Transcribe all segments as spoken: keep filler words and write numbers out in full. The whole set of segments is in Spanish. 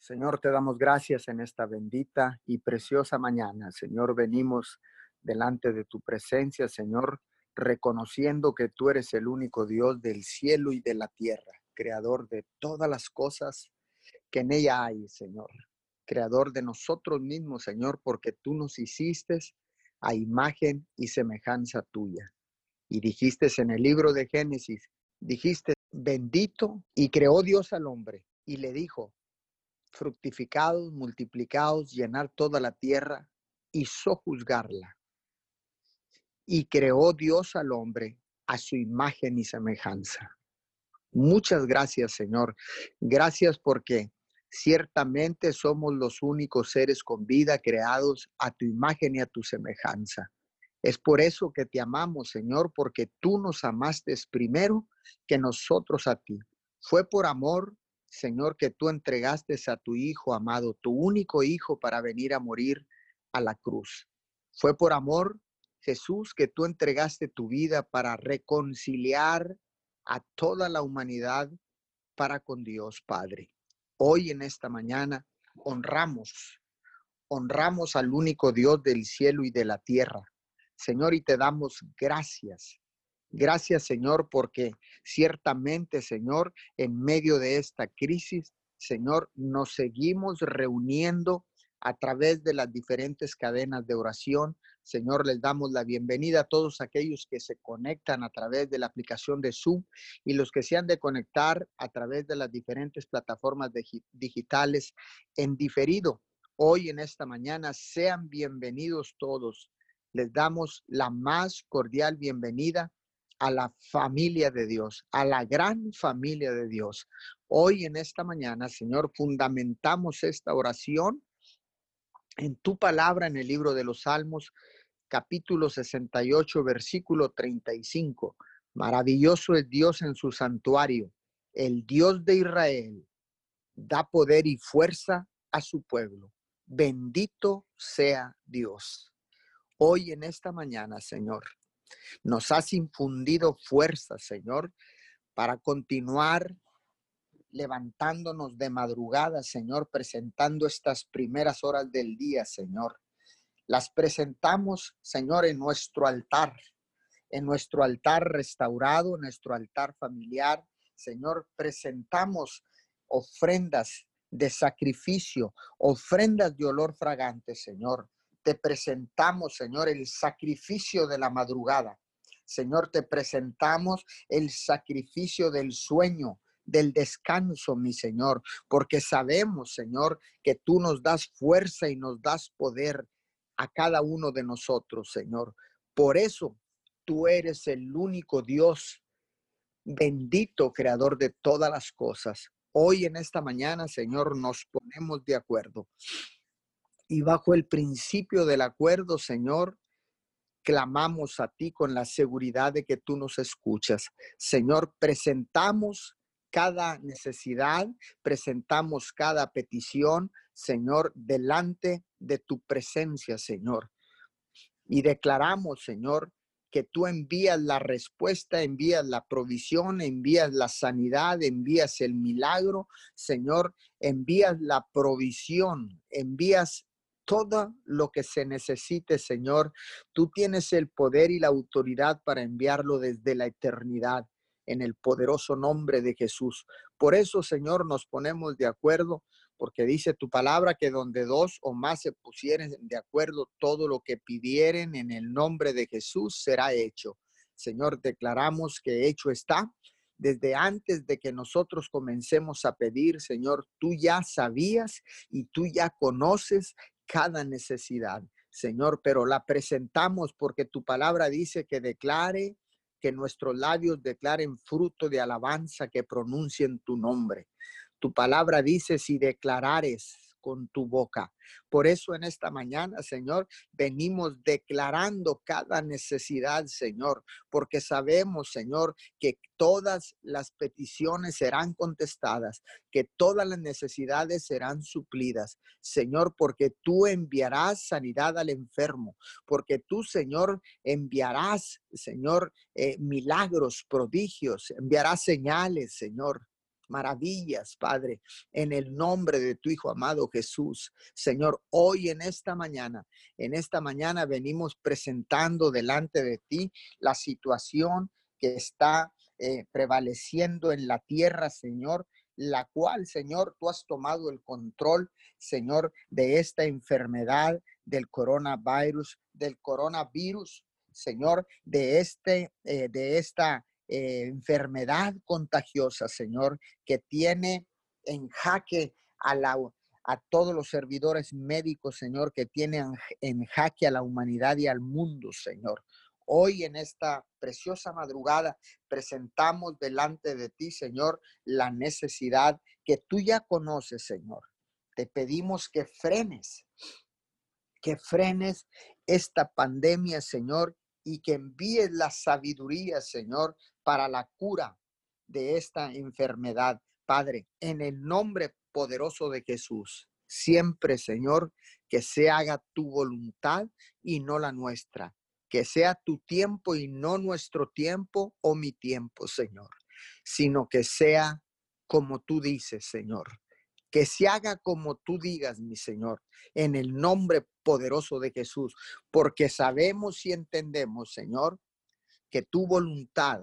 Señor, te damos gracias en esta bendita y preciosa mañana. Señor, venimos delante de tu presencia, Señor, reconociendo que tú eres el único Dios del cielo y de la tierra, creador de todas las cosas que en ella hay, Señor. Creador de nosotros mismos, Señor, porque tú nos hiciste a imagen y semejanza tuya. Y dijiste en el libro de Génesis, dijiste, bendito, y creó Dios al hombre y le dijo, fructificados, multiplicados, llenar toda la tierra y sojuzgarla. Y creó Dios al hombre a su imagen y semejanza. Muchas gracias, Señor. Gracias porque ciertamente somos los únicos seres con vida creados a tu imagen y a tu semejanza. Es por eso que te amamos, Señor, porque tú nos amaste primero que nosotros a ti. Fue por amor, Señor, que tú entregaste a tu Hijo amado, tu único Hijo, para venir a morir a la cruz. Fue por amor, Jesús, que tú entregaste tu vida para reconciliar a toda la humanidad para con Dios Padre. Hoy en esta mañana honramos, honramos al único Dios del cielo y de la tierra. Señor, y te damos gracias. Gracias, Señor, porque ciertamente, Señor, en medio de esta crisis, Señor, nos seguimos reuniendo a través de las diferentes cadenas de oración. Señor, les damos la bienvenida a todos aquellos que se conectan a través de la aplicación de Zoom y los que se han de conectar a través de las diferentes plataformas digitales en diferido. Hoy en esta mañana, sean bienvenidos todos. Les damos la más cordial bienvenida a la familia de Dios, a la gran familia de Dios. Hoy en esta mañana, Señor, fundamentamos esta oración en tu palabra en el libro de los Salmos, capítulo sesenta y ocho, versículo treinta y cinco. Maravilloso es Dios en su santuario, el Dios de Israel da poder y fuerza a su pueblo. Bendito sea Dios. Hoy en esta mañana, Señor, nos has infundido fuerza, Señor, para continuar levantándonos de madrugada, Señor, presentando estas primeras horas del día, Señor. Las presentamos, Señor, en nuestro altar, en nuestro altar restaurado, en nuestro altar familiar. Señor, presentamos ofrendas de sacrificio, ofrendas de olor fragante, Señor. Te presentamos, Señor, el sacrificio de la madrugada. Señor, te presentamos el sacrificio del sueño, del descanso, mi Señor, porque sabemos, Señor, que tú nos das fuerza y nos das poder a cada uno de nosotros, Señor. Por eso, tú eres el único Dios, bendito creador de todas las cosas. Hoy en esta mañana, Señor, nos ponemos de acuerdo. Y bajo el principio del acuerdo, Señor, clamamos a ti con la seguridad de que tú nos escuchas. Señor, presentamos cada necesidad, presentamos cada petición, Señor, delante de tu presencia, Señor. Y declaramos, Señor, que tú envías la respuesta, envías la provisión, envías la sanidad, envías el milagro, Señor, envías la provisión, envías todo lo que se necesite, Señor. Tú tienes el poder y la autoridad para enviarlo desde la eternidad, en el poderoso nombre de Jesús. Por eso, Señor, nos ponemos de acuerdo, porque dice tu palabra que donde dos o más se pusieren de acuerdo, todo lo que pidieren en el nombre de Jesús será hecho. Señor, declaramos que hecho está. Desde antes de que nosotros comencemos a pedir, Señor, tú ya sabías y tú ya conoces cada necesidad, Señor, pero la presentamos porque tu palabra dice que declare, que nuestros labios declaren fruto de alabanza, que pronuncien tu nombre. Tu palabra dice, si declarares con tu boca. Por eso en esta mañana, Señor, venimos declarando cada necesidad, Señor, porque sabemos, Señor, que todas las peticiones serán contestadas, que todas las necesidades serán suplidas, Señor, porque tú enviarás sanidad al enfermo, porque tú, Señor, enviarás, Señor, eh, milagros, prodigios, enviarás señales, Señor. maravillas, Padre, en el nombre de tu Hijo amado Jesús. Señor, hoy en esta mañana, en esta mañana venimos presentando delante de ti la situación que está eh, prevaleciendo en la tierra, Señor, la cual, Señor, tú has tomado el control, Señor, de esta enfermedad del coronavirus, del coronavirus, Señor, de este, eh, de esta eh, enfermedad contagiosa, Señor, que tiene en jaque a la a todos los servidores médicos, Señor, que tienen en jaque a la humanidad y al mundo, Señor. Hoy en esta preciosa madrugada presentamos delante de ti, Señor, la necesidad que tú ya conoces, Señor. Te pedimos que frenes, que frenes esta pandemia, Señor, y que envíes la sabiduría, Señor, para la cura de esta enfermedad. Padre, en el nombre poderoso de Jesús, siempre, Señor, que se haga tu voluntad y no la nuestra. Que sea tu tiempo y no nuestro tiempo o mi tiempo, Señor, sino que sea como tú dices, Señor. Que se haga como tú digas, mi Señor, en el nombre poderoso de Jesús, porque sabemos y entendemos, Señor, que tu voluntad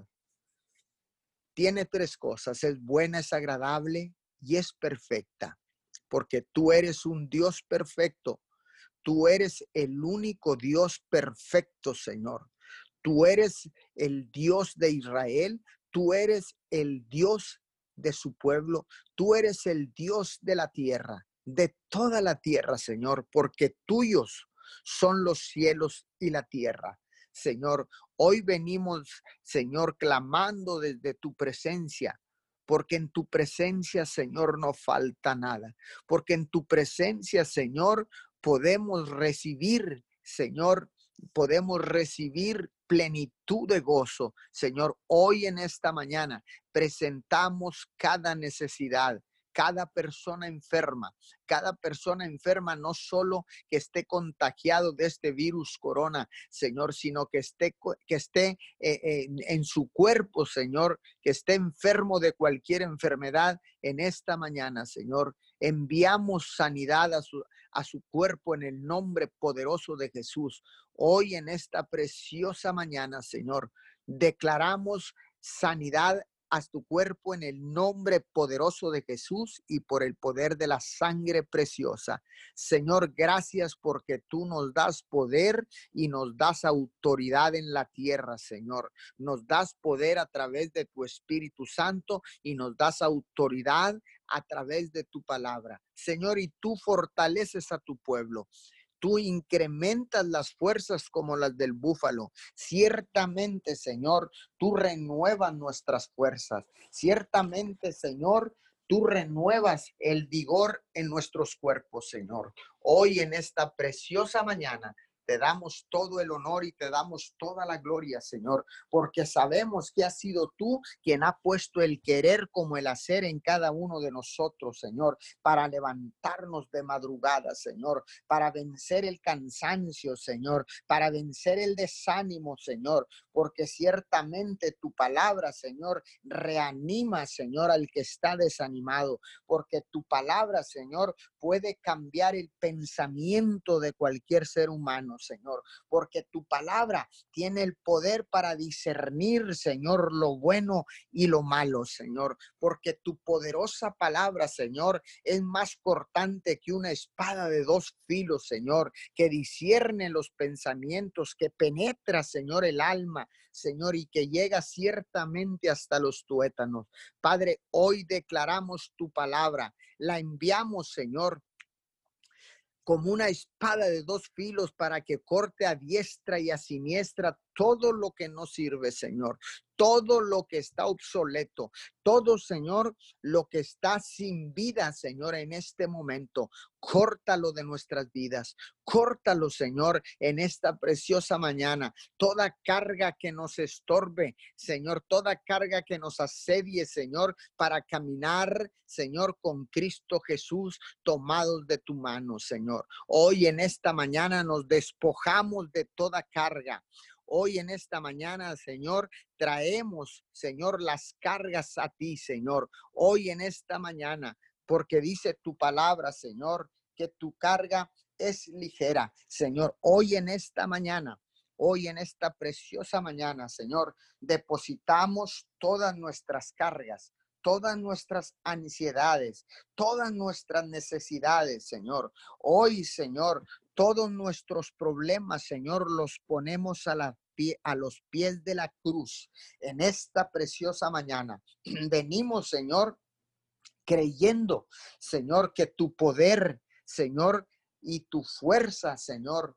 tiene tres cosas: es buena, es agradable y es perfecta, porque tú eres un Dios perfecto. Tú eres el único Dios perfecto, Señor. Tú eres el Dios de Israel. Tú eres el Dios de su pueblo. Tú eres el Dios de la tierra, de toda la tierra, Señor, porque tuyos son los cielos y la tierra. Señor, hoy venimos, Señor, clamando desde tu presencia, porque en tu presencia, Señor, no falta nada, porque en tu presencia, Señor, podemos recibir, Señor, podemos recibir plenitud de gozo. Señor, hoy en esta mañana presentamos cada necesidad, cada persona enferma, cada persona enferma, no solo que esté contagiado de este virus corona, Señor, sino que esté, que esté eh, eh, en su cuerpo, Señor, que esté enfermo de cualquier enfermedad en esta mañana, Señor. Enviamos sanidad a su, a su cuerpo en el nombre poderoso de Jesús. Hoy en esta preciosa mañana, Señor, declaramos sanidad a tu cuerpo en el nombre poderoso de Jesús y por el poder de la sangre preciosa. Señor, gracias porque tú nos das poder y nos das autoridad en la tierra, Señor. Nos das poder a través de tu Espíritu Santo y nos das autoridad a través de tu palabra. Señor, y tú fortaleces a tu pueblo. Tú incrementas las fuerzas como las del búfalo. Ciertamente, Señor, tú renuevas nuestras fuerzas. Ciertamente, Señor, tú renuevas el vigor en nuestros cuerpos, Señor. Hoy en esta preciosa mañana te damos todo el honor y te damos toda la gloria, Señor, porque sabemos que has sido tú quien ha puesto el querer como el hacer en cada uno de nosotros, Señor, para levantarnos de madrugada, Señor, para vencer el cansancio, Señor, para vencer el desánimo, Señor, porque ciertamente tu palabra, Señor, reanima, Señor, al que está desanimado, porque tu palabra, Señor, puede cambiar el pensamiento de cualquier ser humano, Señor, porque tu palabra tiene el poder para discernir, Señor, lo bueno y lo malo, Señor, porque tu poderosa palabra, Señor, es más cortante que una espada de dos filos, Señor, que discierne los pensamientos, que penetra, Señor, el alma, Señor, y que llega ciertamente hasta los tuétanos. Padre, hoy declaramos tu palabra, la enviamos, Señor, como una espada de dos filos para que corte a diestra y a siniestra todo lo que no sirve, Señor. Todo lo que está obsoleto, todo, Señor, lo que está sin vida, Señor, en este momento, córtalo de nuestras vidas, córtalo, Señor, en esta preciosa mañana. Toda carga que nos estorbe, Señor, toda carga que nos asedie, Señor, para caminar, Señor, con Cristo Jesús, tomados de tu mano, Señor. Hoy en esta mañana nos despojamos de toda carga. Hoy en esta mañana, Señor, traemos, Señor, las cargas a ti, Señor. Hoy en esta mañana, porque dice tu palabra, Señor, que tu carga es ligera. Señor, hoy en esta mañana, hoy en esta preciosa mañana, Señor, depositamos todas nuestras cargas, todas nuestras ansiedades, todas nuestras necesidades, Señor. Hoy, Señor, todos nuestros problemas, Señor, los ponemos a la pie, a los pies de la cruz en esta preciosa mañana. Venimos, Señor, creyendo, Señor, que tu poder, Señor, y tu fuerza, Señor,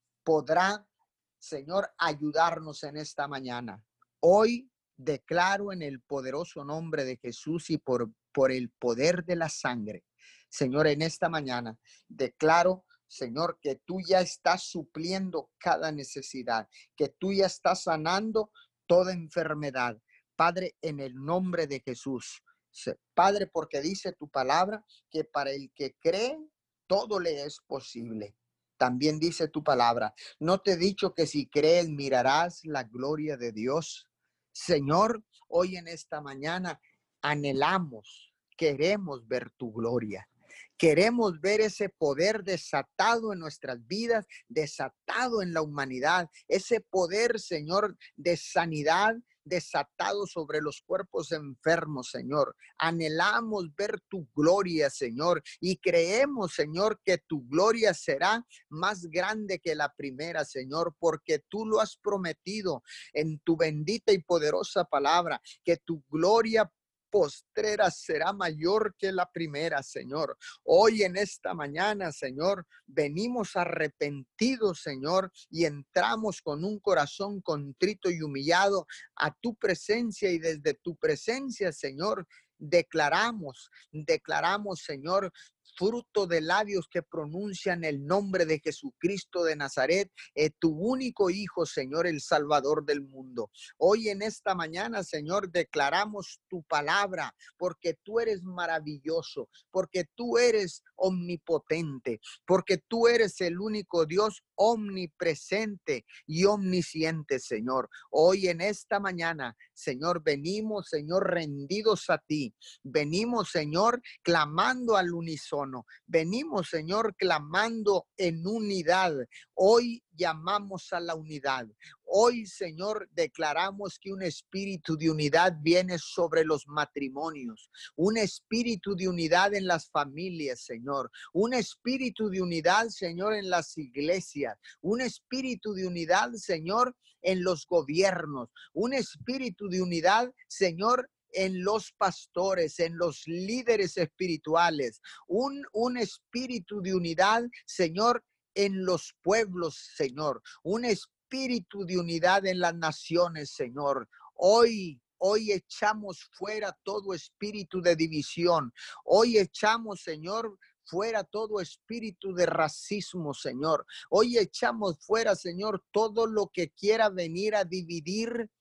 podrá, Señor, ayudarnos en esta mañana. Hoy declaro en el poderoso nombre de Jesús y por, por el poder de la sangre, Señor, en esta mañana declaro, Señor, que tú ya estás supliendo cada necesidad, que tú ya estás sanando toda enfermedad. Padre, en el nombre de Jesús. Padre, porque dice tu palabra que para el que cree, todo le es posible. También dice tu palabra, ¿no te he dicho que si crees mirarás la gloria de Dios? Señor, hoy en esta mañana anhelamos, queremos ver tu gloria. Queremos ver ese poder desatado en nuestras vidas, desatado en la humanidad, ese poder, Señor, de sanidad, desatado sobre los cuerpos enfermos, Señor. Anhelamos ver tu gloria, Señor, y creemos, Señor, que tu gloria será más grande que la primera, Señor, porque tú lo has prometido en tu bendita y poderosa palabra, que tu gloria postrera será mayor que la primera, Señor. Hoy en esta mañana, Señor, venimos arrepentidos, Señor, y entramos con un corazón contrito y humillado a tu presencia, y desde tu presencia, Señor, declaramos, declaramos, Señor, fruto de labios que pronuncian el nombre de Jesucristo de Nazaret, eh, tu único Hijo, Señor, el Salvador del mundo. Hoy en esta mañana, Señor, declaramos tu palabra, porque tú eres maravilloso, porque tú eres omnipotente, porque tú eres el único Dios omnipresente y omnisciente, Señor. Hoy en esta mañana, Señor, venimos, Señor, rendidos a ti. Venimos, Señor, clamando al unísono. Venimos, Señor, clamando en unidad. Hoy llamamos a la unidad. Hoy, Señor, declaramos que un espíritu de unidad viene sobre los matrimonios, un espíritu de unidad en las familias, Señor, un espíritu de unidad, Señor, en las iglesias, un espíritu de unidad, Señor, en los gobiernos, un espíritu de unidad, Señor, en los pastores, en los líderes espirituales, un, un espíritu de unidad, Señor, en los pueblos, Señor, un espíritu de unidad en las naciones, Señor. Hoy, hoy echamos fuera todo espíritu de división. Hoy echamos, Señor, fuera todo espíritu de racismo, Señor. Hoy echamos fuera, Señor, todo lo que quiera venir a dividir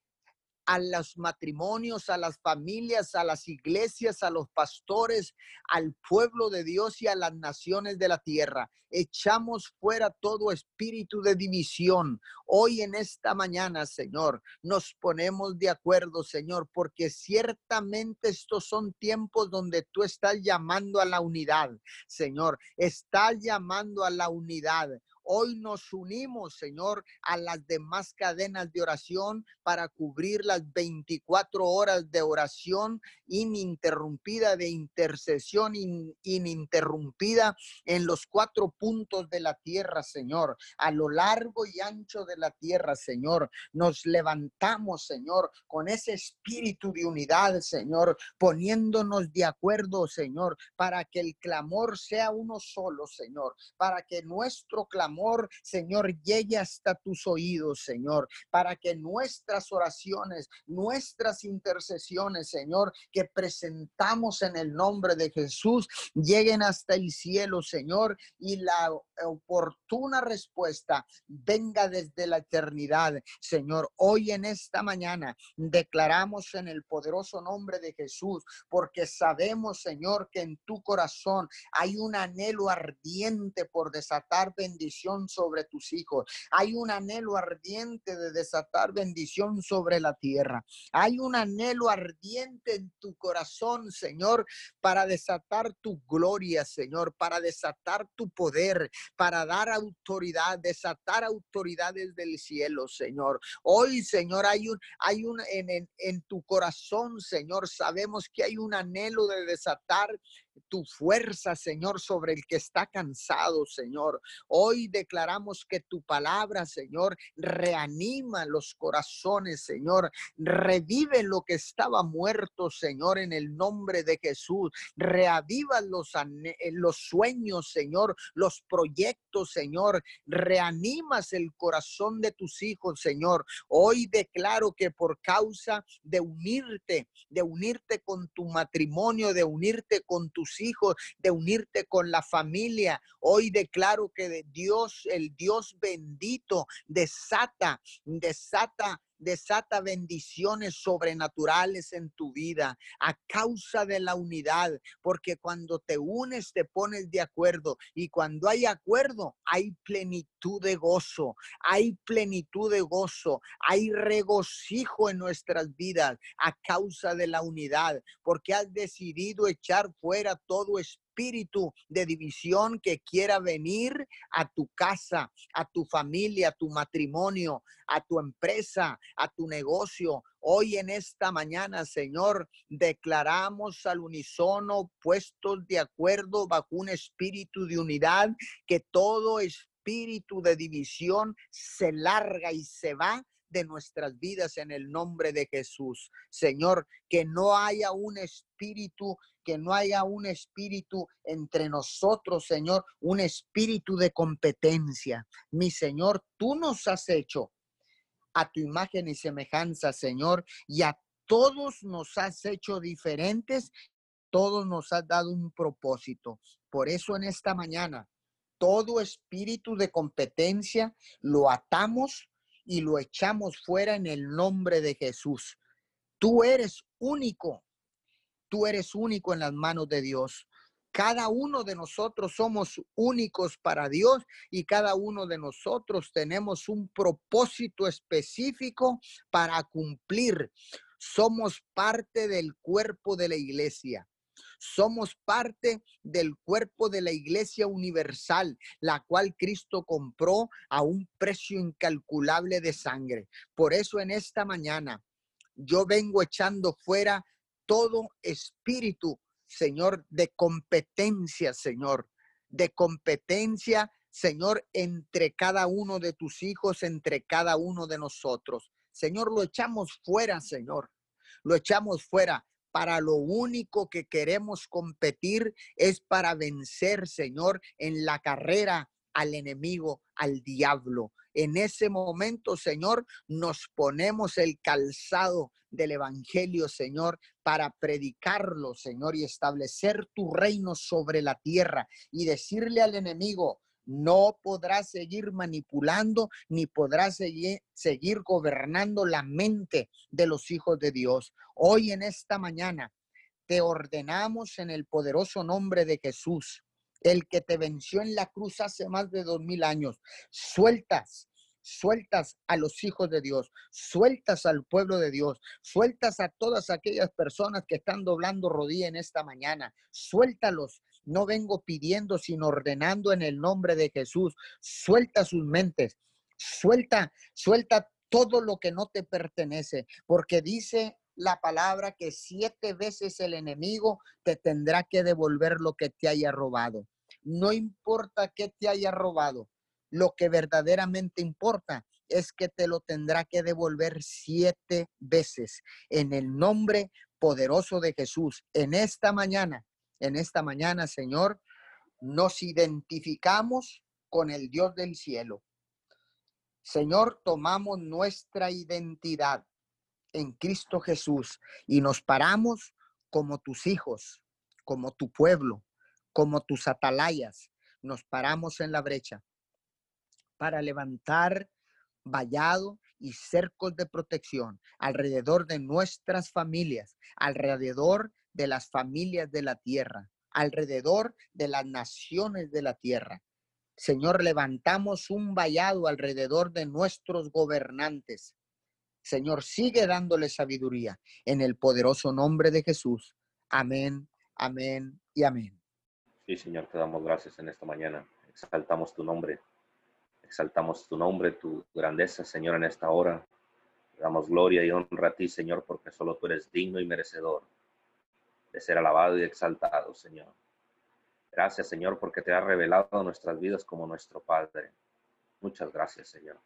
a los matrimonios, a las familias, a las iglesias, a los pastores, al pueblo de Dios y a las naciones de la tierra. Echamos fuera todo espíritu de división. Hoy en esta mañana, Señor, nos ponemos de acuerdo, Señor, porque ciertamente estos son tiempos donde tú estás llamando a la unidad, Señor. Estás llamando a la unidad. Hoy nos unimos, Señor, a las demás cadenas de oración para cubrir las veinticuatro horas de oración ininterrumpida, de intercesión in, ininterrumpida en los cuatro puntos de la tierra, Señor. A lo largo y ancho de la tierra, Señor. Nos levantamos, Señor, con ese espíritu de unidad, Señor, poniéndonos de acuerdo, Señor, para que el clamor sea uno solo, Señor, para que nuestro clamor, Señor, llegue hasta tus oídos, Señor, para que nuestras oraciones, nuestras intercesiones, Señor, que presentamos en el nombre de Jesús, lleguen hasta el cielo, Señor, y la oportuna respuesta venga desde la eternidad, Señor. Hoy en esta mañana declaramos en el poderoso nombre de Jesús, porque sabemos, Señor, que en tu corazón hay un anhelo ardiente por desatar bendición bendición sobre tus hijos. Hay un anhelo ardiente de desatar bendición sobre la tierra. Hay un anhelo ardiente en tu corazón, Señor, para desatar tu gloria, Señor, para desatar tu poder, para dar autoridad, desatar autoridades del cielo, Señor. Hoy, Señor, hay un, hay un en, en, en tu corazón, Señor, sabemos que hay un anhelo de desatar tu fuerza, Señor, sobre el que está cansado, Señor. Hoy declaramos que tu palabra, Señor, reanima los corazones, Señor. Revive lo que estaba muerto, Señor, en el nombre de Jesús. Reaviva los, los sueños, Señor, los proyectos, Señor. Reanimas el corazón de tus hijos, Señor. Hoy declaro que por causa de unirte, de unirte con tu matrimonio, de unirte con tus hijos, de unirte con la familia, hoy declaro que de Dios, el Dios bendito, desata, desata Desata bendiciones sobrenaturales en tu vida a causa de la unidad, porque cuando te unes te pones de acuerdo, y cuando hay acuerdo hay plenitud de gozo, hay plenitud de gozo, hay regocijo en nuestras vidas a causa de la unidad, porque has decidido echar fuera todo espíritu de división que quiera venir a tu casa, a tu familia, a tu matrimonio, a tu empresa, a tu negocio. Hoy en esta mañana, Señor, declaramos al unísono, puestos de acuerdo bajo un espíritu de unidad, que todo espíritu de división se larga y se va de nuestras vidas en el nombre de Jesús. Señor, que no haya un espíritu, que no haya un espíritu entre nosotros, Señor, un espíritu de competencia. Mi Señor, tú nos has hecho a tu imagen y semejanza, Señor, y a todos nos has hecho diferentes, todos nos has dado un propósito. Por eso en esta mañana, todo espíritu de competencia lo atamos y lo echamos fuera en el nombre de Jesús. Tú eres único, tú eres único en las manos de Dios. Cada uno de nosotros somos únicos para Dios, y cada uno de nosotros tenemos un propósito específico para cumplir. Somos parte del cuerpo de la iglesia. Somos parte del cuerpo de la iglesia universal, la cual Cristo compró a un precio incalculable de sangre. Por eso en esta mañana yo vengo echando fuera todo espíritu, Señor, de competencia, Señor, de competencia, Señor, entre cada uno de tus hijos, entre cada uno de nosotros. Señor, lo echamos fuera, Señor, lo echamos fuera. Para lo único que queremos competir es para vencer, Señor, en la carrera al enemigo, al diablo. En ese momento, Señor, nos ponemos el calzado del evangelio, Señor, para predicarlo, Señor, y establecer tu reino sobre la tierra, y decirle al enemigo: no podrás seguir manipulando, ni podrás seguir, seguir gobernando la mente de los hijos de Dios. Hoy en esta mañana te ordenamos en el poderoso nombre de Jesús, el que te venció en la cruz hace más de dos mil años. Sueltas, sueltas a los hijos de Dios, sueltas al pueblo de Dios, sueltas a todas aquellas personas que están doblando rodilla en esta mañana. Suéltalos. No vengo pidiendo, sino ordenando en el nombre de Jesús. Suelta sus mentes, suelta, suelta todo lo que no te pertenece, porque dice la palabra que siete veces el enemigo te tendrá que devolver lo que te haya robado. No importa qué te haya robado, lo que verdaderamente importa es que te lo tendrá que devolver siete veces. En el nombre poderoso de Jesús, en esta mañana, en esta mañana, Señor, nos identificamos con el Dios del cielo. Señor, tomamos nuestra identidad en Cristo Jesús y nos paramos como tus hijos, como tu pueblo, como tus atalayas. Nos paramos en la brecha para levantar vallado y cercos de protección alrededor de nuestras familias, alrededor de las familias de la tierra, alrededor de las naciones de la tierra. Señor, levantamos un vallado alrededor de nuestros gobernantes. Señor, sigue dándole sabiduría en el poderoso nombre de Jesús. Amén, amén y amén. Sí, Señor, te damos gracias en esta mañana. Exaltamos tu nombre. Exaltamos tu nombre, tu grandeza, Señor, en esta hora. Te damos gloria y honra a ti, Señor, porque solo tú eres digno y merecedor de ser alabado y exaltado, Señor. Gracias, Señor, porque te has revelado a nuestras vidas como nuestro Padre. Muchas gracias, Señor.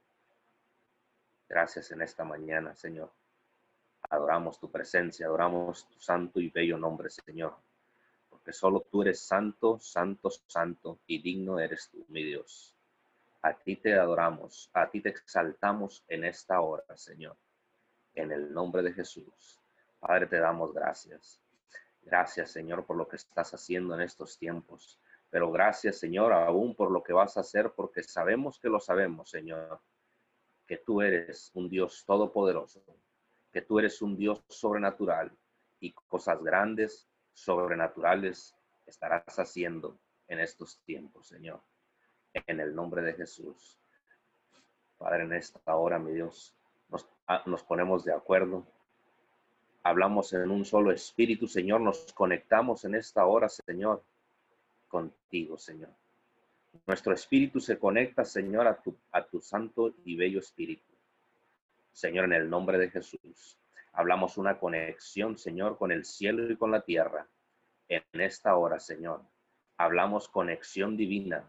Gracias en esta mañana, Señor. Adoramos tu presencia, adoramos tu santo y bello nombre, Señor. Porque solo tú eres santo, santo, santo y digno eres tú, mi Dios. A ti te adoramos, a ti te exaltamos en esta hora, Señor. En el nombre de Jesús. Padre, te damos gracias. Gracias, Señor, por lo que estás haciendo en estos tiempos. Pero gracias, Señor, aún por lo que vas a hacer, porque sabemos que lo sabemos, Señor, que tú eres un Dios todopoderoso, que tú eres un Dios sobrenatural y cosas grandes, sobrenaturales, estarás haciendo en estos tiempos, Señor. En el nombre de Jesús. Padre, en esta hora, mi Dios, nos, nos ponemos de acuerdo. Hablamos en un solo espíritu, Señor. Nos conectamos en esta hora, Señor, contigo, Señor. Nuestro espíritu se conecta, Señor, a tu, a tu santo y bello espíritu. Señor, en el nombre de Jesús. Hablamos una conexión, Señor, con el cielo y con la tierra. En esta hora, Señor, hablamos conexión divina.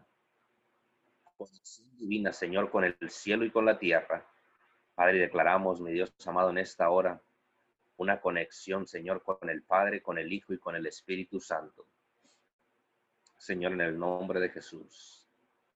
Conexión divina, Señor, con el cielo y con la tierra. Padre, declaramos, mi Dios amado, en esta hora, una conexión, Señor, con el Padre, con el Hijo y con el Espíritu Santo. Señor, en el nombre de Jesús,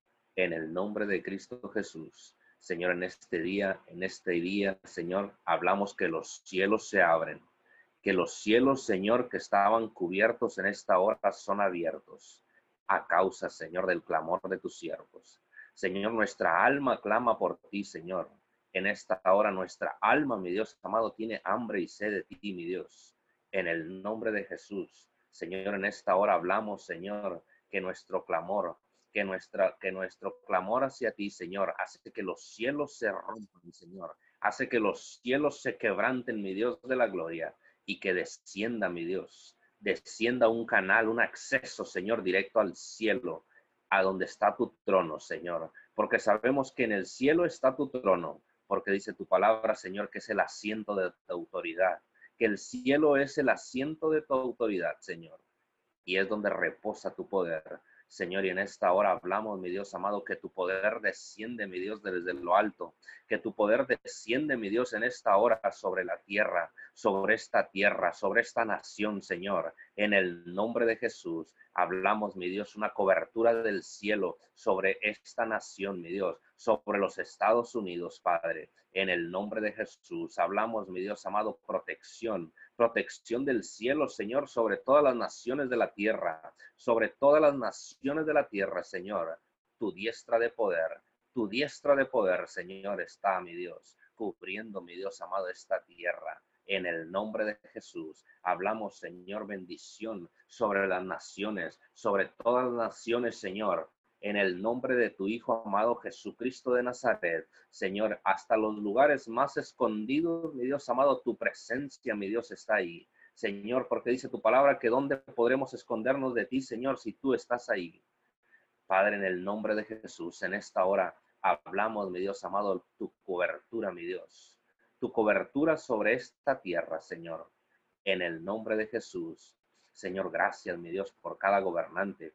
en el nombre de Cristo Jesús, Señor, en este día, en este día, Señor, hablamos que los cielos se abren, que los cielos, Señor, que estaban cubiertos en esta hora son abiertos a causa, Señor, del clamor de tus siervos. Señor, nuestra alma clama por ti, Señor. En esta hora nuestra alma, mi Dios amado, tiene hambre y sed de ti, mi Dios. En el nombre de Jesús, Señor, en esta hora hablamos, Señor, que nuestro clamor, que, nuestra, que nuestro clamor hacia ti, Señor, hace que los cielos se rompan, Señor. Hace que los cielos se quebranten, mi Dios de la gloria, y que descienda, mi Dios, descienda un canal, un acceso, Señor, directo al cielo, a donde está tu trono, Señor. Porque sabemos que en el cielo está tu trono, porque dice tu palabra, Señor, que es el asiento de tu autoridad, que el cielo es el asiento de tu autoridad, Señor, y es donde reposa tu poder, Señor. Y en esta hora hablamos, mi Dios amado, que tu poder desciende, mi Dios, desde lo alto, que tu poder desciende, mi Dios, en esta hora sobre la tierra, sobre esta tierra, sobre esta nación, Señor. En el nombre de Jesús, hablamos, mi Dios, una cobertura del cielo sobre esta nación, mi Dios, sobre los Estados Unidos, Padre. En el nombre de Jesús, hablamos, mi Dios amado, protección, protección del cielo, Señor, sobre todas las naciones de la tierra, sobre todas las naciones de la tierra, Señor. Tu diestra de poder, tu diestra de poder, Señor, está, mi Dios, cubriendo, mi Dios amado, esta tierra. En el nombre de Jesús, hablamos, Señor, bendición sobre las naciones, sobre todas las naciones, Señor. En el nombre de tu Hijo amado Jesucristo de Nazaret, Señor, hasta los lugares más escondidos, mi Dios amado, tu presencia, mi Dios, está ahí. Señor, porque dice tu palabra que dónde podremos escondernos de ti, Señor, si tú estás ahí. Padre, en el nombre de Jesús, en esta hora hablamos, mi Dios amado, tu cobertura, mi Dios, tu cobertura sobre esta tierra, Señor, en el nombre de Jesús. Señor, gracias, mi Dios, por cada gobernante.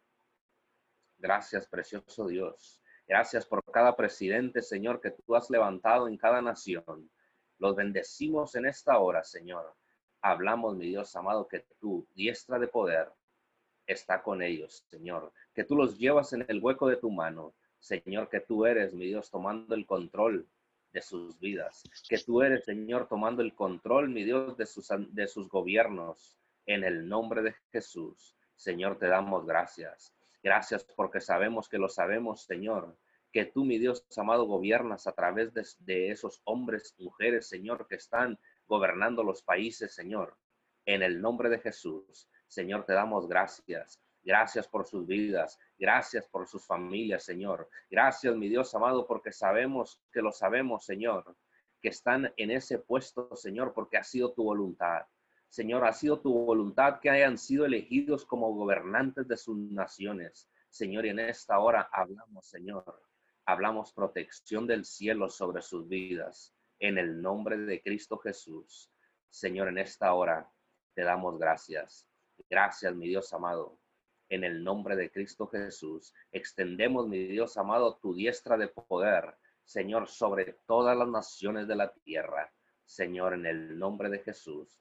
Gracias, precioso Dios. Gracias por cada presidente, Señor, que tú has levantado en cada nación. Los bendecimos en esta hora, Señor. Hablamos, mi Dios amado, que tu diestra de poder está con ellos, Señor. Que tú los llevas en el hueco de tu mano. Señor, que tú eres, mi Dios, tomando el control de sus vidas. Que tú eres, Señor, tomando el control, mi Dios, de sus, de sus gobiernos. En el nombre de Jesús, Señor, te damos gracias. Gracias porque sabemos que lo sabemos, Señor, que tú, mi Dios amado, gobiernas a través de, de esos hombres, mujeres, Señor, que están gobernando los países, Señor. En el nombre de Jesús, Señor, te damos gracias. Gracias por sus vidas. Gracias por sus familias, Señor. Gracias, mi Dios amado, porque sabemos que lo sabemos, Señor, que están en ese puesto, Señor, porque ha sido tu voluntad. Señor, ha sido tu voluntad que hayan sido elegidos como gobernantes de sus naciones. Señor, y en esta hora hablamos, Señor, hablamos protección del cielo sobre sus vidas. En el nombre de Cristo Jesús. Señor, en esta hora te damos gracias. Gracias, mi Dios amado. En el nombre de Cristo Jesús, extendemos, mi Dios amado, tu diestra de poder, Señor, sobre todas las naciones de la tierra. Señor, en el nombre de Jesús,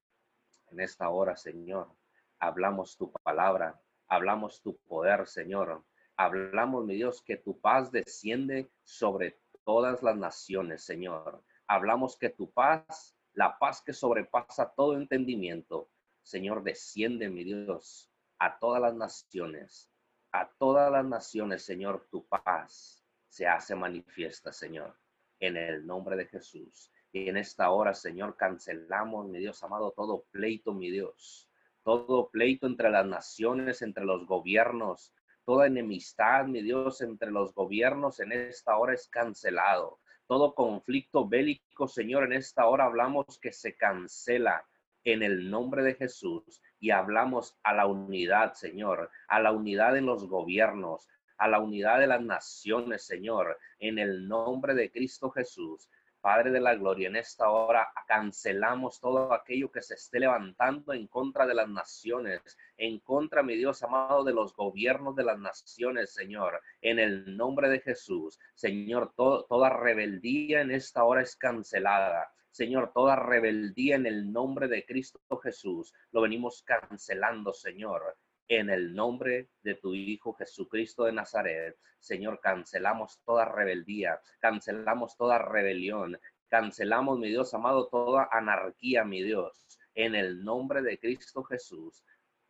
en esta hora, Señor, hablamos tu palabra, hablamos tu poder, Señor. Hablamos, mi Dios, que tu paz desciende sobre todas las naciones, Señor. Hablamos que tu paz, la paz que sobrepasa todo entendimiento, Señor, desciende, mi Dios, a todas las naciones, a todas las naciones, Señor, tu paz se hace manifiesta, Señor, en el nombre de Jesús. Y en esta hora, Señor, cancelamos, mi Dios amado, todo pleito, mi Dios, todo pleito entre las naciones, entre los gobiernos, toda enemistad, mi Dios, entre los gobiernos en esta hora es cancelado. Todo conflicto bélico, Señor, en esta hora hablamos que se cancela en el nombre de Jesús y hablamos a la unidad, Señor, a la unidad en los gobiernos, a la unidad de las naciones, Señor, en el nombre de Cristo Jesús. Padre de la gloria, en esta hora cancelamos todo aquello que se esté levantando en contra de las naciones, en contra, mi Dios amado, de los gobiernos de las naciones, Señor, en el nombre de Jesús. Señor, todo, toda rebeldía en esta hora es cancelada. Señor, toda rebeldía en el nombre de Cristo Jesús, lo venimos cancelando, Señor. En el nombre de tu Hijo Jesucristo de Nazaret, Señor, cancelamos toda rebeldía, cancelamos toda rebelión, cancelamos, mi Dios amado, toda anarquía, mi Dios, en el nombre de Cristo Jesús.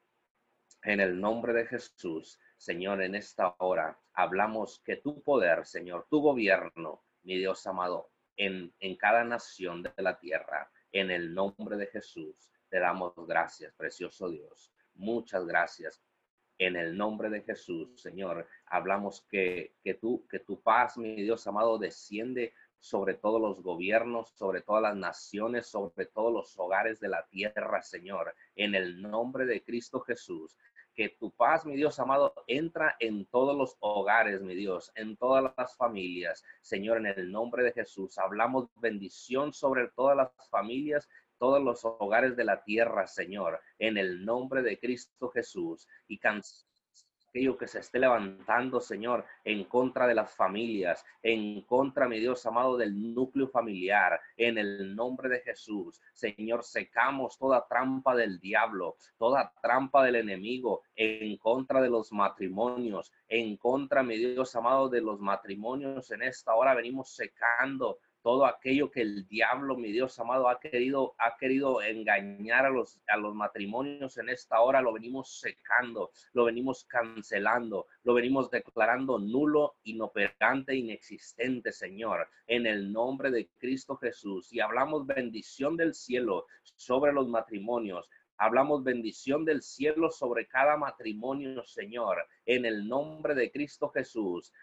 En el nombre de Jesús, Señor, en esta hora hablamos que tu poder, Señor, tu gobierno, mi Dios amado, en, en cada nación de la tierra, en el nombre de Jesús, te damos gracias, precioso Dios. Muchas gracias. En el nombre de Jesús, Señor, hablamos que, que, tú, que tu paz, mi Dios amado, desciende sobre todos los gobiernos, sobre todas las naciones, sobre todos los hogares de la tierra, Señor. En el nombre de Cristo Jesús, que tu paz, mi Dios amado, entra en todos los hogares, mi Dios, en todas las familias. Señor, en el nombre de Jesús, hablamos bendición sobre todas las familias, todos los hogares de la tierra, Señor, en el nombre de Cristo Jesús. Y cancelamos aquello que se esté levantando, Señor, en contra de las familias, en contra, mi Dios amado, del núcleo familiar, en el nombre de Jesús. Señor, secamos toda trampa del diablo, toda trampa del enemigo, en contra de los matrimonios, en contra, mi Dios amado, de los matrimonios. En esta hora venimos secando todo aquello que el diablo, mi Dios amado, ha querido, ha querido engañar a los, a los matrimonios. En esta hora lo venimos secando, lo venimos cancelando, lo venimos declarando nulo, inoperante, inexistente, Señor, en el nombre de Cristo Jesús. Y hablamos bendición del cielo sobre los matrimonios. Hablamos bendición del cielo sobre cada matrimonio, Señor, en el nombre de Cristo Jesús.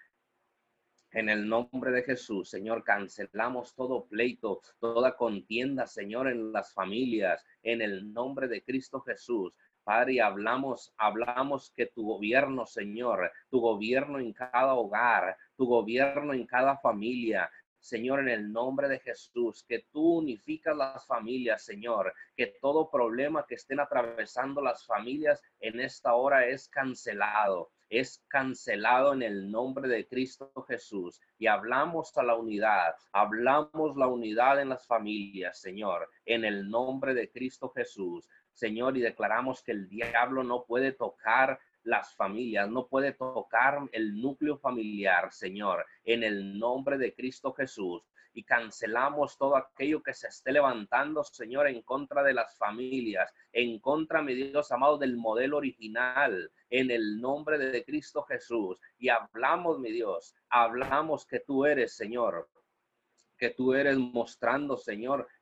En el nombre de Jesús, Señor, cancelamos todo pleito, toda contienda, Señor, en las familias, en el nombre de Cristo Jesús. Padre, hablamos, hablamos que tu gobierno, Señor, tu gobierno en cada hogar, tu gobierno en cada familia, Señor, en el nombre de Jesús, que tú unificas las familias, Señor, que todo problema que estén atravesando las familias en esta hora es cancelado. Es cancelado en el nombre de Cristo Jesús. Y hablamos a la unidad, hablamos la unidad en las familias, Señor, en el nombre de Cristo Jesús, Señor, y declaramos que el diablo no puede tocar las familias, no puede tocar el núcleo familiar, Señor, en el nombre de Cristo Jesús. Y cancelamos todo aquello que se esté levantando, Señor, en contra de las familias, en contra, mi Dios amado, del modelo original, en el nombre de Cristo Jesús. Y hablamos, mi Dios, hablamos que tú eres, Señor, que tú eres mostrando, Señor,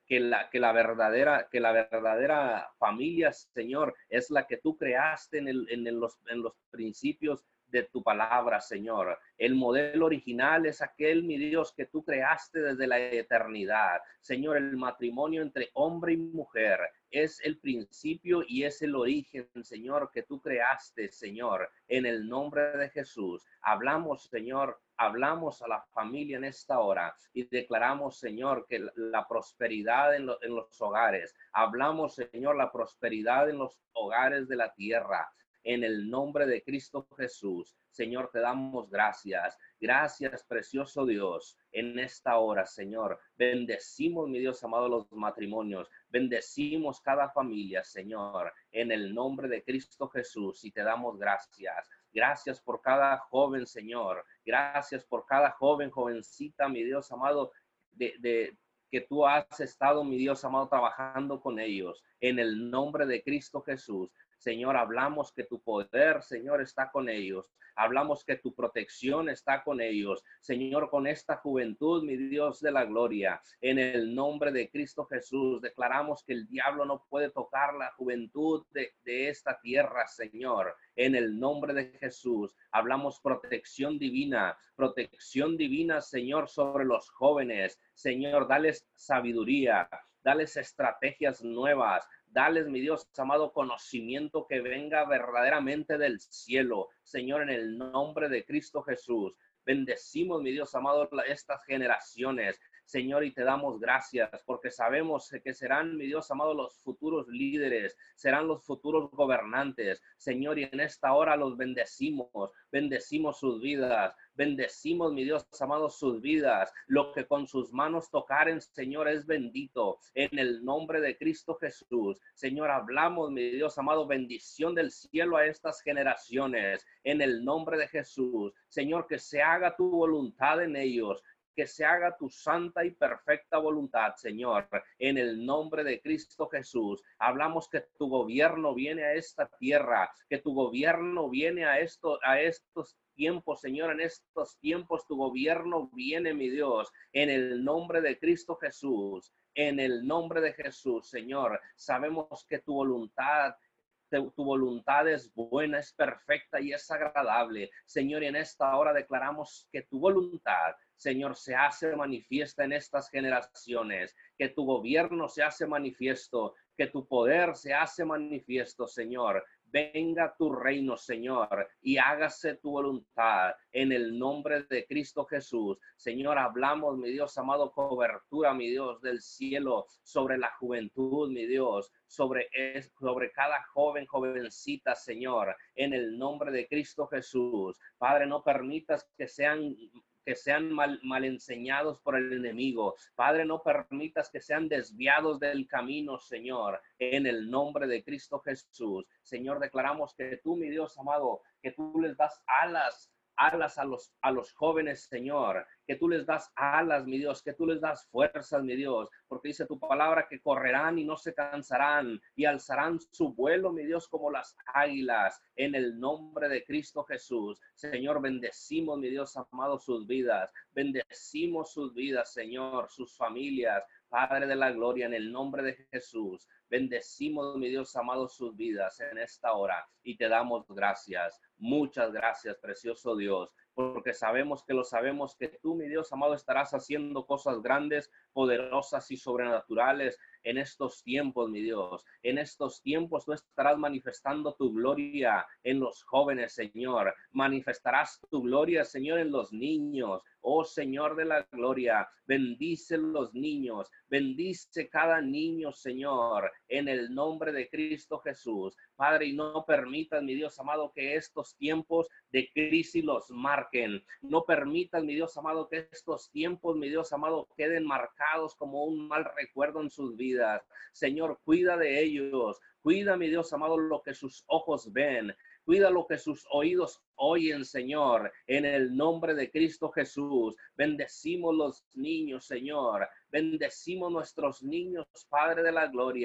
que la, que la verdadera, que la verdadera familia, Señor, es la que tú creaste en, el, en, el, los, en los principios de tu palabra, Señor. El modelo original es aquel, mi Dios, que tú creaste desde la eternidad. Señor, el matrimonio entre hombre y mujer es el principio y es el origen, Señor, que tú creaste, Señor, en el nombre de Jesús. Hablamos, Señor, hablamos a la familia en esta hora y declaramos, Señor, que la, la prosperidad en, lo, en los hogares. Hablamos, Señor, la prosperidad en los hogares de la tierra. En el nombre de Cristo Jesús, Señor, te damos gracias. Gracias, precioso Dios, en esta hora, Señor. Bendecimos, mi Dios amado, los matrimonios. Bendecimos cada familia, Señor, en el nombre de Cristo Jesús, y te damos gracias. Gracias por cada joven, Señor. Gracias por cada joven, jovencita, mi Dios amado, de, de que tú has estado, mi Dios amado, trabajando con ellos. En el nombre de Cristo Jesús. Señor, hablamos que tu poder, Señor, está con ellos. Hablamos que tu protección está con ellos. Señor, con esta juventud, mi Dios de la gloria, en el nombre de Cristo Jesús, declaramos que el diablo no puede tocar la juventud de, de esta tierra, Señor. En el nombre de Jesús, hablamos protección divina, protección divina, Señor, sobre los jóvenes. Señor, dales sabiduría, dales estrategias nuevas. Dales, mi Dios amado, conocimiento que venga verdaderamente del cielo. Señor, en el nombre de Cristo Jesús. Bendecimos, mi Dios amado, estas generaciones. Señor, y te damos gracias porque sabemos que serán, mi Dios amado, los futuros líderes, serán los futuros gobernantes. Señor, y en esta hora los bendecimos, bendecimos sus vidas, bendecimos, mi Dios amado, sus vidas. Lo que con sus manos tocaren, Señor, es bendito. En el nombre de Cristo Jesús, Señor, hablamos, mi Dios amado, bendición del cielo a estas generaciones. En el nombre de Jesús, Señor, que se haga tu voluntad en ellos. Que se haga tu santa y perfecta voluntad, Señor, en el nombre de Cristo Jesús. Hablamos que tu gobierno viene a esta tierra, que tu gobierno viene a, esto, a estos tiempos, Señor, en estos tiempos tu gobierno viene, mi Dios, en el nombre de Cristo Jesús, en el nombre de Jesús, Señor. Sabemos que tu voluntad Tu, tu voluntad es buena, es perfecta y es agradable. Señor, y en esta hora declaramos que tu voluntad, Señor, se hace manifiesta en estas generaciones, que tu gobierno se hace manifiesto, que tu poder se hace manifiesto, Señor. Venga tu reino, Señor, y hágase tu voluntad en el nombre de Cristo Jesús. Señor, hablamos, mi Dios amado, cobertura, mi Dios, del cielo sobre la juventud, mi Dios, sobre, sobre cada joven, jovencita, Señor, en el nombre de Cristo Jesús. Padre, no permitas que sean que sean mal, mal enseñados por el enemigo. Padre, no permitas que sean desviados del camino, Señor, en el nombre de Cristo Jesús. Señor, declaramos que tú, mi Dios amado, que tú les das alas, alas a los, a los jóvenes, Señor, que tú les das alas, mi Dios, que tú les das fuerzas, mi Dios, porque dice tu palabra que correrán y no se cansarán y alzarán su vuelo, mi Dios, como las águilas, en el nombre de Cristo Jesús. Señor, bendecimos, mi Dios amado, sus vidas, bendecimos sus vidas, Señor, sus familias, Padre de la gloria, en el nombre de Jesús. Bendecimos, mi Dios amado, sus vidas en esta hora y te damos gracias. Muchas gracias, precioso Dios, porque sabemos que lo sabemos que tú, mi Dios amado, estarás haciendo cosas grandes, poderosas y sobrenaturales en estos tiempos, mi Dios. En estos tiempos tú estarás manifestando tu gloria en los jóvenes, Señor. Manifestarás tu gloria, Señor, en los niños. Oh, Señor de la gloria, bendice los niños, bendice cada niño, Señor, en el nombre de Cristo Jesús. Padre, y no permitas, mi Dios amado, que estos tiempos de crisis los marquen. No permitas, mi Dios amado, que estos tiempos, mi Dios amado, queden marcados como un mal recuerdo en sus vidas. Señor, cuida de ellos. Cuida, mi Dios amado, lo que sus ojos ven. Cuida lo que sus oídos oyen, Señor, en el nombre de Cristo Jesús. Bendecimos los niños, Señor. Bendecimos nuestros niños, Padre de la gloria.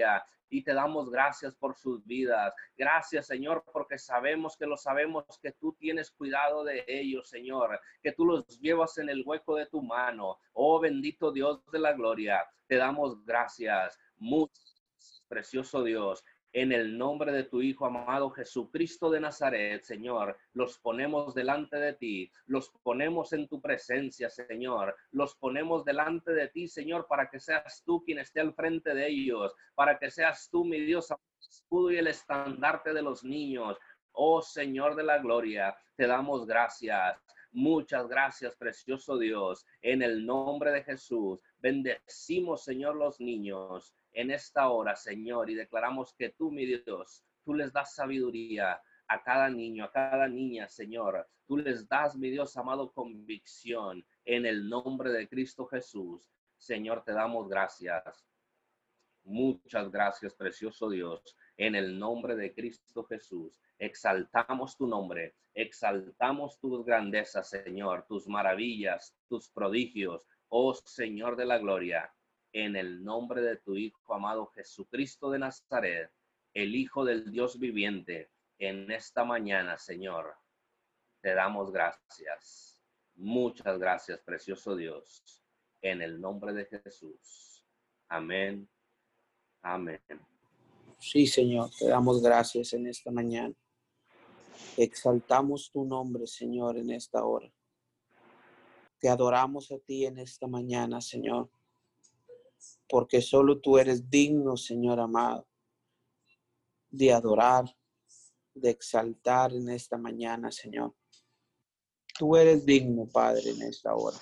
y te damos gracias por sus vidas. Gracias, Señor, porque sabemos que lo sabemos que tú tienes cuidado de ellos, Señor, que tú los llevas en el hueco de tu mano. Oh, bendito Dios de la gloria, te damos gracias. Muchas gracias, precioso Dios. En el nombre de tu Hijo amado Jesucristo de Nazaret, Señor, los ponemos delante de ti, los ponemos en tu presencia, Señor, los ponemos delante de ti, Señor, para que seas tú quien esté al frente de ellos, para que seas tú, mi Dios, el escudo y el estandarte de los niños. Oh, Señor de la gloria, te damos gracias. Muchas gracias, precioso Dios. En el nombre de Jesús, bendecimos, Señor, los niños en esta hora, Señor, y declaramos que tú, mi Dios, tú les das sabiduría a cada niño, a cada niña, Señor. Tú les das, mi Dios amado, convicción en el nombre de Cristo Jesús. Señor, te damos gracias. Muchas gracias, precioso Dios. En el nombre de Cristo Jesús, exaltamos tu nombre, exaltamos tus grandezas, Señor, tus maravillas, tus prodigios, oh Señor de la gloria. En el nombre de tu Hijo amado Jesucristo de Nazaret, el Hijo del Dios viviente, en esta mañana, Señor, te damos gracias. Muchas gracias, precioso Dios, en el nombre de Jesús. Amén. Amén. Sí, Señor, te damos gracias en esta mañana. Exaltamos tu nombre, Señor, en esta hora. Te adoramos a ti en esta mañana, Señor, porque solo tú eres digno, Señor amado, de adorar, de exaltar en esta mañana, Señor. Tú eres digno, Padre, en esta hora.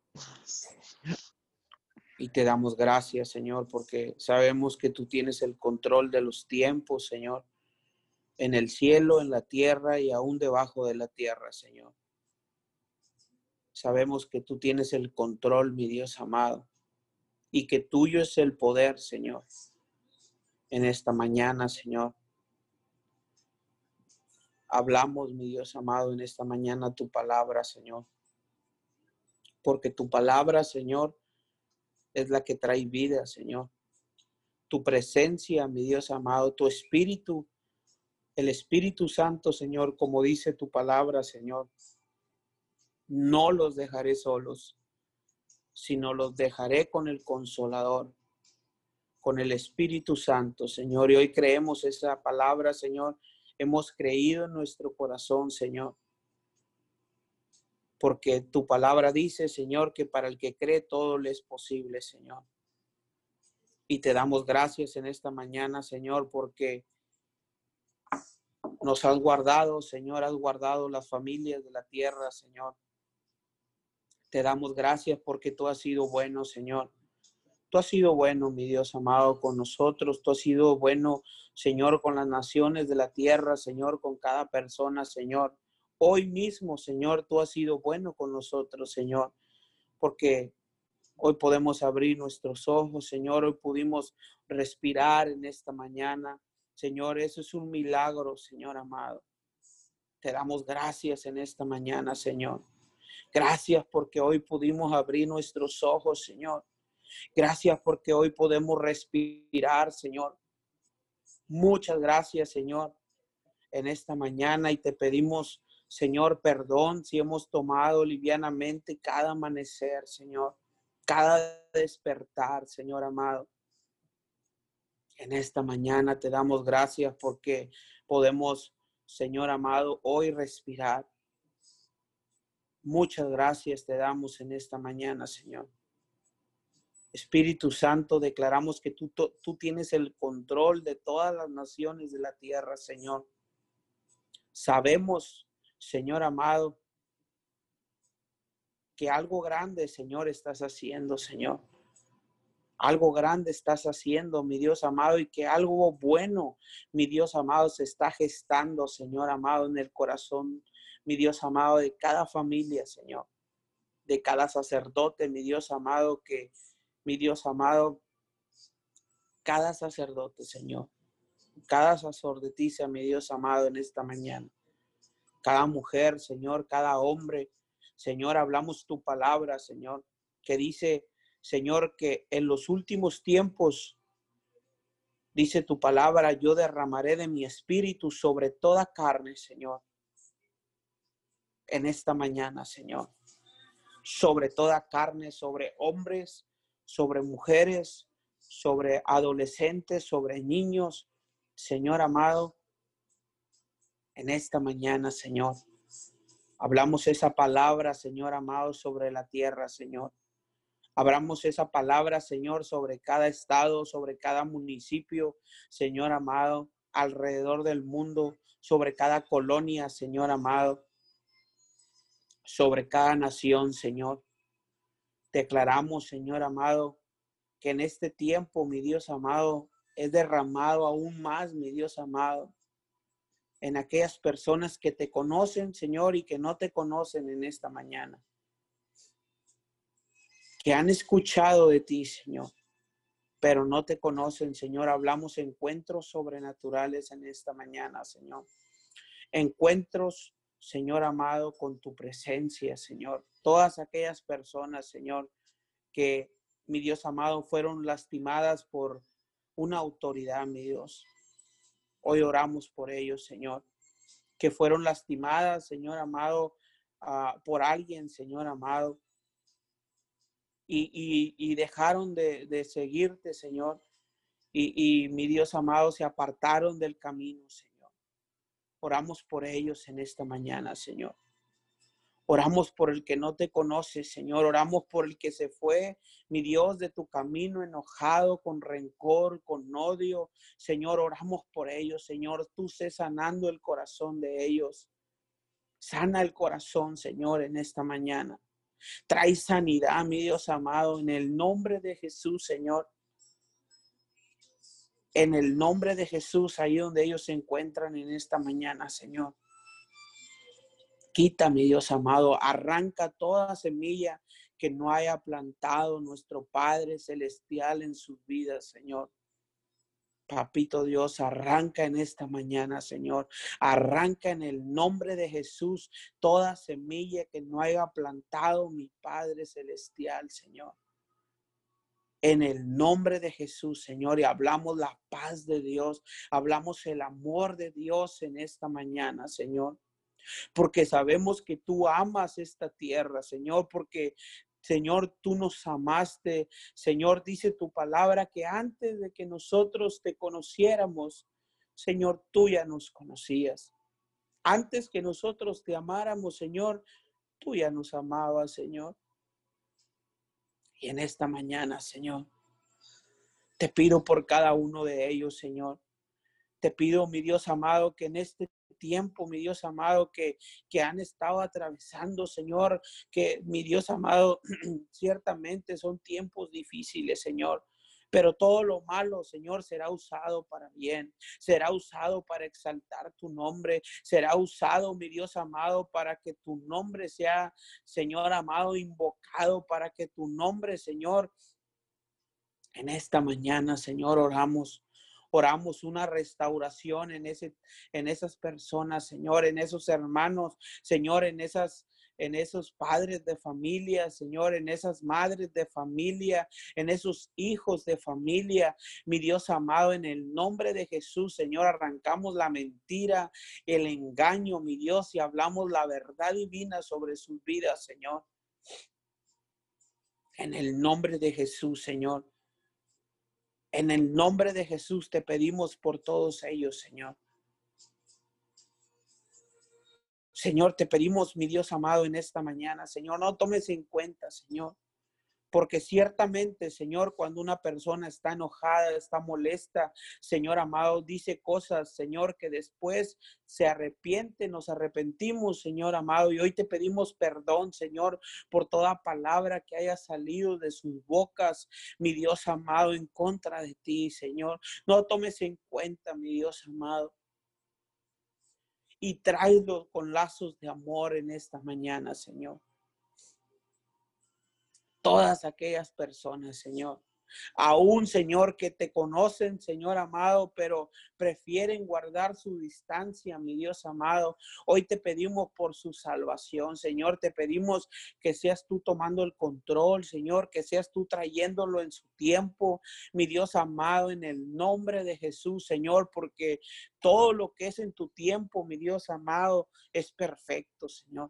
Y te damos gracias, Señor, porque sabemos que tú tienes el control de los tiempos, Señor, en el cielo, en la tierra y aún debajo de la tierra, Señor. Sabemos que tú tienes el control, mi Dios amado, y que tuyo es el poder, Señor, en esta mañana, Señor. Hablamos, mi Dios amado, en esta mañana tu palabra, Señor, porque tu palabra, Señor, es la que trae vida, Señor. Tu presencia, mi Dios amado, tu espíritu, el Espíritu Santo, Señor, como dice tu palabra, Señor, no los dejaré solos, sino los dejaré con el Consolador, con el Espíritu Santo, Señor. Y hoy creemos esa palabra, Señor. Hemos creído en nuestro corazón, Señor, porque tu palabra dice, Señor, que para el que cree todo le es posible, Señor. Y te damos gracias en esta mañana, Señor, porque nos has guardado, Señor, has guardado las familias de la tierra, Señor. Te damos gracias porque tú has sido bueno, Señor. Tú has sido bueno, mi Dios amado, con nosotros. Tú has sido bueno, Señor, con las naciones de la tierra, Señor, con cada persona, Señor. Hoy mismo, Señor, tú has sido bueno con nosotros, Señor, porque hoy podemos abrir nuestros ojos, Señor. Hoy pudimos respirar en esta mañana. Señor, eso es un milagro, Señor amado. Te damos gracias en esta mañana, Señor. Gracias porque hoy pudimos abrir nuestros ojos, Señor. Gracias porque hoy podemos respirar, Señor. Muchas gracias, Señor, en esta mañana, y te pedimos, Señor, perdón si hemos tomado livianamente cada amanecer, Señor, cada despertar, Señor amado. En esta mañana te damos gracias porque podemos, Señor amado, hoy respirar. Muchas gracias te damos en esta mañana, Señor. Espíritu Santo, declaramos que tú, tú tienes el control de todas las naciones de la tierra, Señor. Sabemos, Señor amado, que algo grande, Señor, estás haciendo, Señor. Algo grande estás haciendo, mi Dios amado, y que algo bueno, mi Dios amado, se está gestando, Señor amado, en el corazón, mi Dios amado, de cada familia, Señor. De cada sacerdote, mi Dios amado, que, mi Dios amado, cada sacerdote, Señor. Cada sacerdotisa, mi Dios amado, en esta mañana. Cada mujer, Señor, cada hombre, Señor, hablamos tu palabra, Señor, que dice, Señor, que en los últimos tiempos Dice tu palabra, yo derramaré de mi espíritu sobre toda carne, Señor. En esta mañana, Señor. Sobre toda carne, sobre hombres, sobre mujeres, sobre adolescentes, sobre niños. Señor amado, en esta mañana, Señor, hablamos esa palabra, Señor amado, sobre la tierra, Señor. Hablamos esa palabra, Señor, sobre cada estado, sobre cada municipio, Señor amado, alrededor del mundo, sobre cada colonia, Señor amado, sobre cada nación, Señor. Declaramos, Señor amado, que en este tiempo, mi Dios amado, es derramado aún más, mi Dios amado, en aquellas personas que te conocen, Señor, y que no te conocen en esta mañana. Que han escuchado de ti, Señor, pero no te conocen, Señor. Hablamos encuentros sobrenaturales en esta mañana, Señor. Encuentros, Señor amado, con tu presencia, Señor. Todas aquellas personas, Señor, que, mi Dios amado, fueron lastimadas por una autoridad, mi Dios. Hoy oramos por ellos, Señor. Que fueron lastimadas, Señor amado, uh, por alguien, Señor amado. Y, y, y dejaron de, de seguirte, Señor. Y, y, mi Dios amado, se apartaron del camino, Señor. Oramos por ellos en esta mañana, Señor. Oramos por el que no te conoce, Señor. Oramos por el que se fue, mi Dios, de tu camino enojado, con rencor, con odio. Señor, oramos por ellos, Señor. Tú sé sanando el corazón de ellos. Sana el corazón, Señor, en esta mañana. Trae sanidad, mi Dios amado, en el nombre de Jesús, Señor. En el nombre de Jesús, ahí donde ellos se encuentran en esta mañana, Señor. Quita, mi Dios amado, arranca toda semilla que no haya plantado nuestro Padre Celestial en sus vidas, Señor. Papito Dios, arranca en esta mañana, Señor. Arranca en el nombre de Jesús toda semilla que no haya plantado mi Padre Celestial, Señor. En el nombre de Jesús, Señor, y hablamos la paz de Dios, hablamos el amor de Dios en esta mañana, Señor. Porque sabemos que tú amas esta tierra, Señor, porque, Señor, tú nos amaste. Señor, dice tu palabra que antes de que nosotros te conociéramos, Señor, tú ya nos conocías. Antes que nosotros te amáramos, Señor, tú ya nos amabas, Señor. Y en esta mañana, Señor, te pido por cada uno de ellos, Señor. Te pido, mi Dios amado, que en este tiempo, mi Dios amado, que, que han estado atravesando, Señor, que mi Dios amado, ciertamente son tiempos difíciles, Señor. Pero todo lo malo, Señor, será usado para bien, será usado para exaltar tu nombre, será usado, mi Dios amado, para que tu nombre sea, Señor amado, invocado, para que tu nombre, Señor, en esta mañana, Señor, oramos. Oramos una restauración en, ese, en esas personas, Señor, en esos hermanos, Señor, en esas, en esos padres de familia, Señor, en esas madres de familia, en esos hijos de familia. Mi Dios amado, en el nombre de Jesús, Señor, arrancamos la mentira, el engaño, mi Dios, y hablamos la verdad divina sobre sus vidas, Señor. En el nombre de Jesús, Señor. En el nombre de Jesús te pedimos por todos ellos, Señor. Señor, te pedimos, mi Dios amado, en esta mañana, Señor, no tomes en cuenta, Señor. Porque ciertamente, Señor, cuando una persona está enojada, está molesta, Señor amado, dice cosas, Señor, que después se arrepiente, nos arrepentimos, Señor amado, y hoy te pedimos perdón, Señor, por toda palabra que haya salido de sus bocas, mi Dios amado, en contra de ti, Señor. No tomes en cuenta, mi Dios amado, y tráelo con lazos de amor en esta mañana, Señor. Todas aquellas personas, Señor, Aún, Señor, que te conocen, Señor amado, pero prefieren guardar su distancia, mi Dios amado. Hoy te pedimos por su salvación, Señor. Te pedimos que seas tú tomando el control, Señor, que seas tú trayéndolo en su tiempo, mi Dios amado, en el nombre de Jesús, Señor, porque todo lo que es en tu tiempo, mi Dios amado, es perfecto, Señor.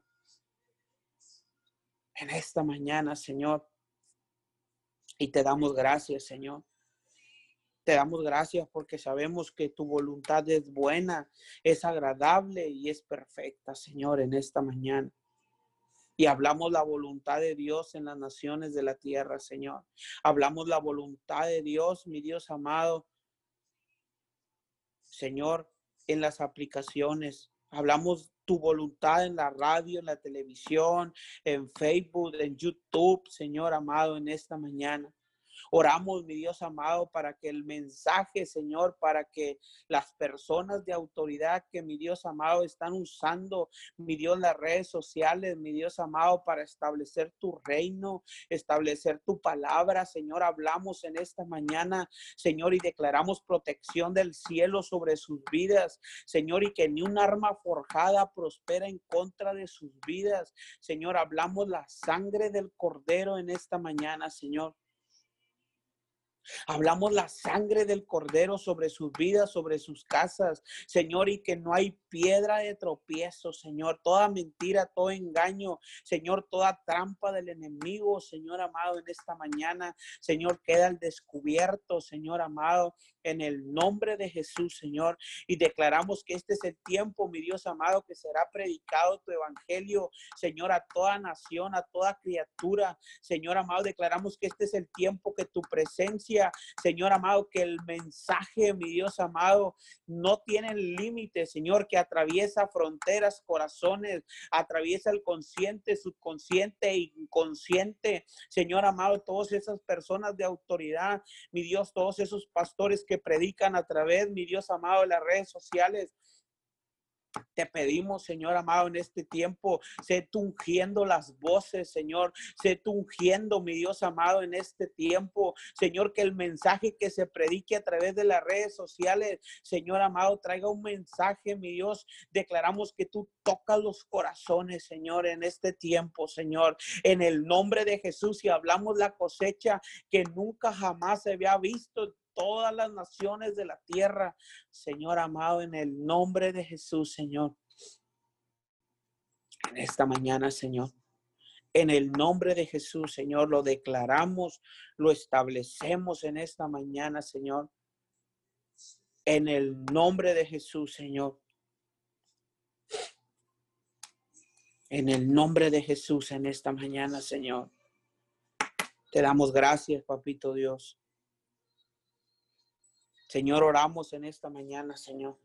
En esta mañana, Señor, y te damos gracias, Señor. Te damos gracias porque sabemos que tu voluntad es buena, es agradable y es perfecta, Señor, en esta mañana. Y hablamos la voluntad de Dios en las naciones de la tierra, Señor. Hablamos la voluntad de Dios, mi Dios amado, Señor, en las aplicaciones. Hablamos tu voluntad en la radio, en la televisión, en Facebook, en YouTube, Señor amado, en esta mañana. Oramos, mi Dios amado, para que el mensaje, Señor, para que las personas de autoridad que, mi Dios amado, están usando, mi Dios, las redes sociales, mi Dios amado, para establecer tu reino, establecer tu palabra, Señor, hablamos en esta mañana, Señor, y declaramos protección del cielo sobre sus vidas, Señor, y que ni un arma forjada prospera en contra de sus vidas, Señor, hablamos la sangre del Cordero en esta mañana, Señor. Hablamos la sangre del Cordero sobre sus vidas, sobre sus casas, Señor, y que no hay piedra de tropiezo, Señor. Toda mentira, todo engaño, Señor, toda trampa del enemigo, Señor amado, en esta mañana, Señor, queda al descubierto, Señor amado, en el nombre de Jesús, Señor. Y declaramos que este es el tiempo, mi Dios amado, que será predicado tu evangelio, Señor, a toda nación, a toda criatura, Señor amado. Declaramos que este es el tiempo que tu presencia, Señor amado, que el mensaje, mi Dios amado, no tiene límites, Señor, que atraviesa fronteras, corazones, atraviesa el consciente, subconsciente e inconsciente, Señor amado, todas esas personas de autoridad, mi Dios, todos esos pastores que predican a través, mi Dios amado, de las redes sociales. Te pedimos, Señor amado, en este tiempo, sé tú ungiendo las voces, Señor, sé tú ungiendo, mi Dios amado, en este tiempo, Señor, que el mensaje que se predique a través de las redes sociales, Señor amado, traiga un mensaje, mi Dios. Declaramos que tú tocas los corazones, Señor, en este tiempo, Señor, en el nombre de Jesús, y hablamos la cosecha que nunca jamás se había visto todas las naciones de la tierra, Señor amado, en el nombre de Jesús, Señor. En esta mañana, Señor, en el nombre de Jesús, Señor, lo declaramos, lo establecemos en esta mañana, Señor. En el nombre de Jesús, Señor. En el nombre de Jesús, en esta mañana, Señor. Te damos gracias, Papito Dios. Señor, oramos en esta mañana, Señor.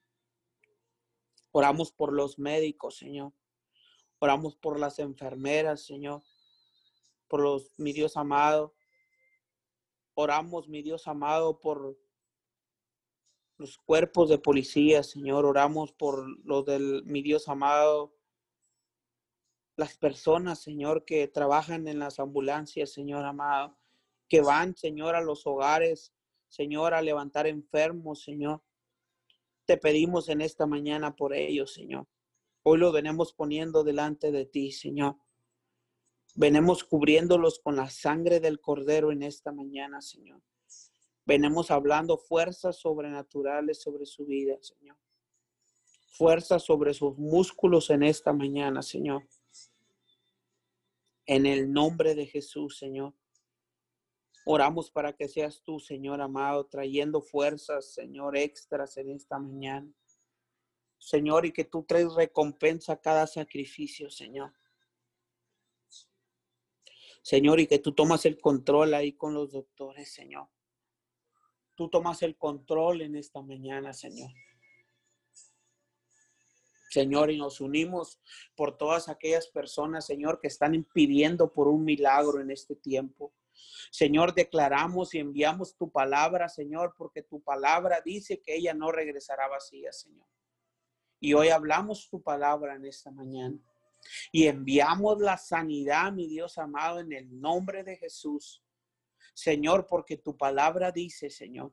Oramos por los médicos, Señor. Oramos por las enfermeras, Señor. Por los, mi Dios amado. Oramos, mi Dios amado, por los cuerpos de policía, Señor. Oramos por los del, mi Dios amado, las personas, Señor, que trabajan en las ambulancias, Señor amado, que van, Señor, a los hogares, Señor, a levantar enfermos, Señor. Te pedimos en esta mañana por ellos, Señor. Hoy lo venimos poniendo delante de ti, Señor. Venimos cubriéndolos con la sangre del Cordero en esta mañana, Señor. Venimos hablando fuerzas sobrenaturales sobre su vida, Señor. Fuerzas sobre sus músculos en esta mañana, Señor. En el nombre de Jesús, Señor. Oramos para que seas tú, Señor amado, trayendo fuerzas, Señor, extras en esta mañana. Señor, y que tú traes recompensa a cada sacrificio, Señor. Señor, y que tú tomas el control ahí con los doctores, Señor. Tú tomas el control en esta mañana, Señor. Señor, y nos unimos por todas aquellas personas, Señor, que están pidiendo por un milagro en este tiempo. Señor, declaramos y enviamos tu palabra, Señor, porque tu palabra dice que ella no regresará vacía, Señor. Y hoy hablamos tu palabra en esta mañana. Y enviamos la sanidad, mi Dios amado, en el nombre de Jesús. Señor, porque tu palabra dice, Señor,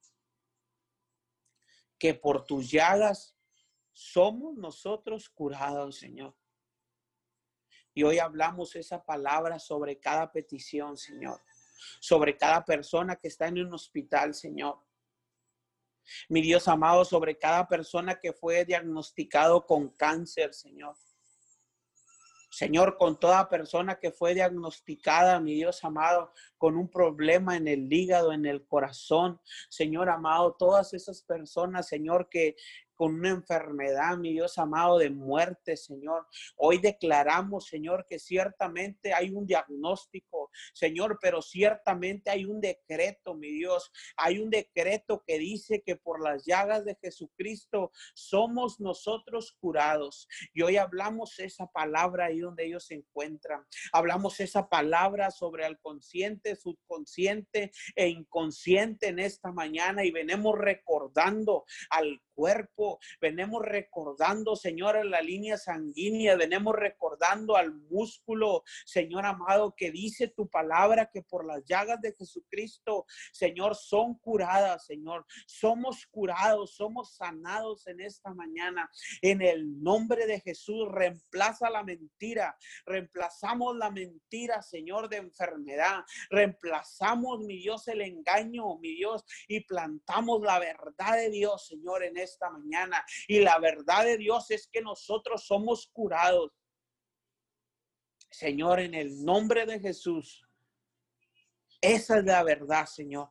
que por tus llagas somos nosotros curados, Señor. Y hoy hablamos esa palabra sobre cada petición, Señor. Sobre cada persona que está en un hospital, Señor. Mi Dios amado, sobre cada persona que fue diagnosticado con cáncer, Señor. Señor, con toda persona que fue diagnosticada, mi Dios amado, con un problema en el hígado, en el corazón. Señor amado, todas esas personas, Señor, que con una enfermedad, mi Dios amado, de muerte, Señor. Hoy declaramos, Señor, que ciertamente hay un diagnóstico, Señor, pero ciertamente hay un decreto, mi Dios. Hay un decreto que dice que por las llagas de Jesucristo somos nosotros curados. Y hoy hablamos esa palabra ahí donde ellos se encuentran. Hablamos esa palabra sobre el consciente, subconsciente e inconsciente en esta mañana y venimos recordando al cuerpo, venimos recordando, Señor, en la línea sanguínea, venimos recordando al músculo, Señor amado, que dice tu palabra que por las llagas de Jesucristo, Señor, son curadas, Señor, somos curados, somos sanados en esta mañana. En el nombre de Jesús, reemplaza la mentira, reemplazamos la mentira, Señor, de enfermedad, reemplazamos, mi Dios, el engaño, mi Dios, y plantamos la verdad de Dios, Señor, en esta mañana. Y la verdad de Dios es que nosotros somos curados. Señor, en el nombre de Jesús. Esa es la verdad, Señor.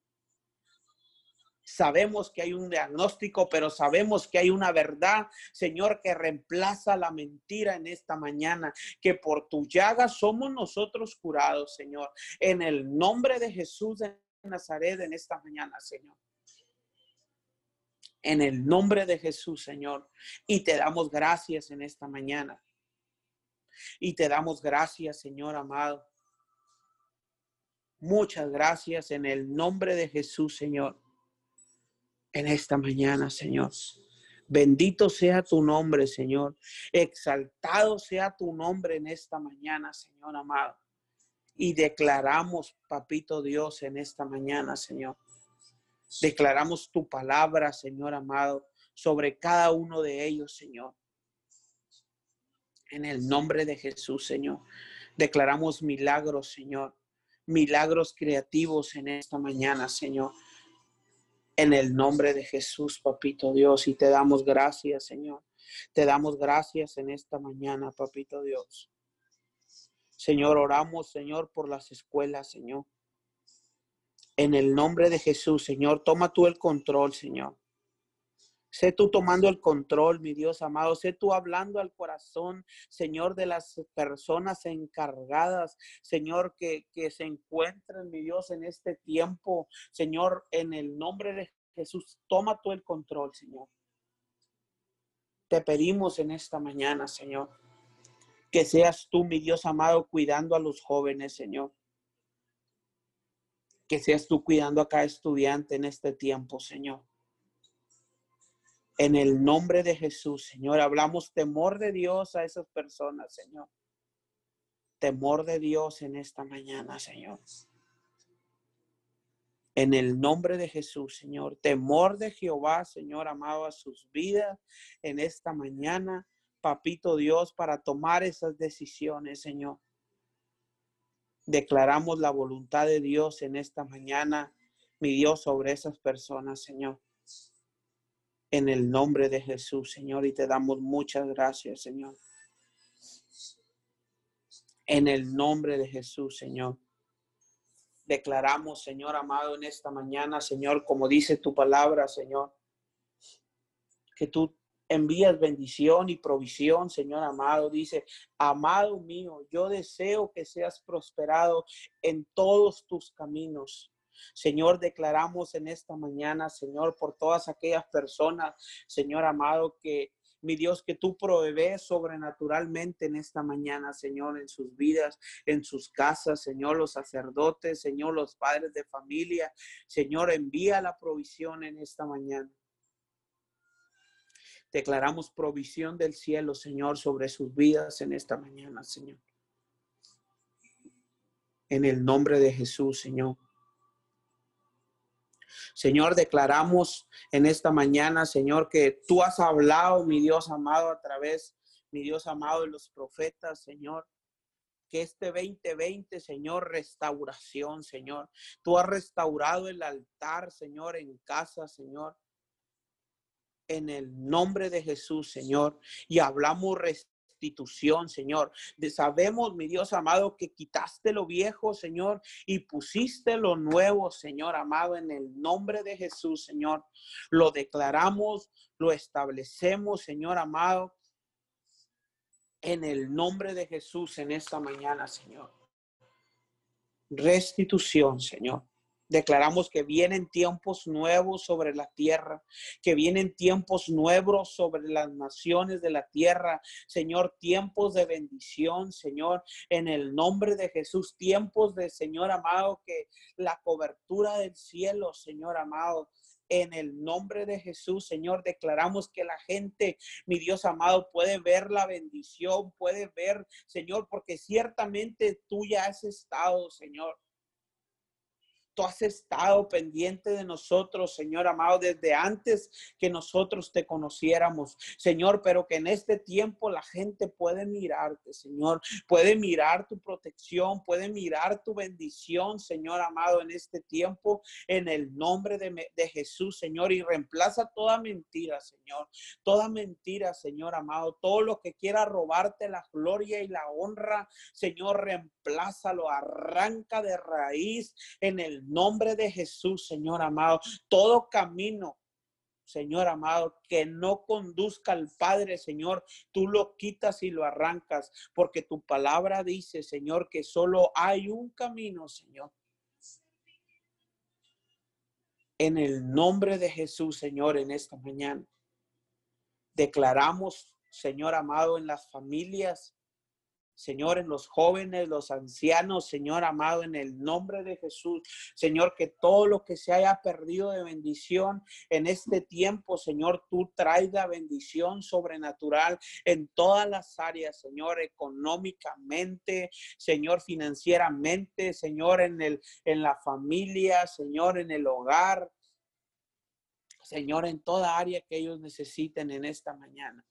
Sabemos que hay un diagnóstico, pero sabemos que hay una verdad, Señor, que reemplaza la mentira en esta mañana, que por tu llaga somos nosotros curados, Señor. En el nombre de Jesús de Nazaret en esta mañana, Señor. En el nombre de Jesús, Señor. Y te damos gracias en esta mañana. Y te damos gracias, Señor amado. Muchas gracias en el nombre de Jesús, Señor. En esta mañana, Señor. Bendito sea tu nombre, Señor. Exaltado sea tu nombre en esta mañana, Señor amado. Y declaramos, Papito Dios, en esta mañana, Señor. Declaramos tu palabra, Señor amado, sobre cada uno de ellos, Señor. En el nombre de Jesús, Señor. Declaramos milagros, Señor. Milagros creativos en esta mañana, Señor. En el nombre de Jesús, Papito Dios. Y te damos gracias, Señor. Te damos gracias en esta mañana, Papito Dios. Señor, oramos, Señor, por las escuelas, Señor. En el nombre de Jesús, Señor, toma tú el control, Señor. Sé tú tomando el control, mi Dios amado. Sé tú hablando al corazón, Señor, de las personas encargadas, Señor, que, que se encuentran, mi Dios, en este tiempo. Señor, en el nombre de Jesús, toma tú el control, Señor. Te pedimos en esta mañana, Señor, que seas tú, mi Dios amado, cuidando a los jóvenes, Señor. Que seas tú cuidando a cada estudiante en este tiempo, Señor. En el nombre de Jesús, Señor, hablamos temor de Dios a esas personas, Señor. Temor de Dios en esta mañana, Señor. En el nombre de Jesús, Señor. Temor de Jehová, Señor, amado, a sus vidas en esta mañana, Papito Dios, para tomar esas decisiones, Señor. Declaramos la voluntad de Dios en esta mañana, mi Dios, sobre esas personas, Señor. En el nombre de Jesús, Señor, y te damos muchas gracias, Señor. En el nombre de Jesús, Señor. Declaramos, Señor amado, en esta mañana, Señor, como dice tu palabra, Señor, que tú envías bendición y provisión, Señor amado. Dice, amado mío, yo deseo que seas prosperado en todos tus caminos. Señor, declaramos en esta mañana, Señor, por todas aquellas personas, Señor amado, que mi Dios, que tú provees sobrenaturalmente en esta mañana, Señor, en sus vidas, en sus casas, Señor, los sacerdotes, Señor, los padres de familia. Señor, envía la provisión en esta mañana. Declaramos provisión del cielo, Señor, sobre sus vidas en esta mañana, Señor. en el nombre de Jesús, Señor. Señor, declaramos en esta mañana, Señor, que tú has hablado, mi Dios amado, a través, mi Dios amado, de los profetas, Señor. Que este veinte veinte, Señor, restauración, Señor. Tú has restaurado el altar, Señor, en casa, Señor. En el nombre de Jesús, Señor. Y hablamos restitución, Señor. De, sabemos, mi Dios amado, que quitaste lo viejo, Señor, y pusiste lo nuevo, Señor amado, en el nombre de Jesús, Señor. Lo declaramos, lo establecemos, Señor amado, en el nombre de Jesús en esta mañana, Señor. Restitución, Señor. Declaramos que vienen tiempos nuevos sobre la tierra, que vienen tiempos nuevos sobre las naciones de la tierra, Señor, tiempos de bendición, Señor, en el nombre de Jesús, tiempos de, Señor amado, que la cobertura del cielo, Señor amado, en el nombre de Jesús, Señor, declaramos que la gente, mi Dios amado, puede ver la bendición, puede ver, Señor, porque ciertamente tú ya has estado, Señor. Tú has estado pendiente de nosotros, Señor amado, desde antes que nosotros te conociéramos, Señor, pero que en este tiempo la gente puede mirarte, Señor, puede mirar tu protección, puede mirar tu bendición, Señor amado, en este tiempo, en el nombre de, de Jesús, Señor, y reemplaza toda mentira, Señor, toda mentira, Señor amado, todo lo que quiera robarte la gloria y la honra, Señor, reemplázalo, arranca de raíz en el nombre de Jesús, Señor amado. Todo camino, Señor amado, que no conduzca al Padre, Señor, tú lo quitas y lo arrancas, porque tu palabra dice, Señor, que solo hay un camino, Señor. En el nombre de Jesús, Señor, en esta mañana declaramos, Señor amado, en las familias, Señor, en los jóvenes, los ancianos, Señor amado, en el nombre de Jesús, Señor, que todo lo que se haya perdido de bendición en este tiempo, Señor, tú traiga bendición sobrenatural en todas las áreas, Señor, económicamente, Señor, financieramente, Señor, en el, en la familia, Señor, en el hogar, Señor, en toda área que ellos necesiten en esta mañana.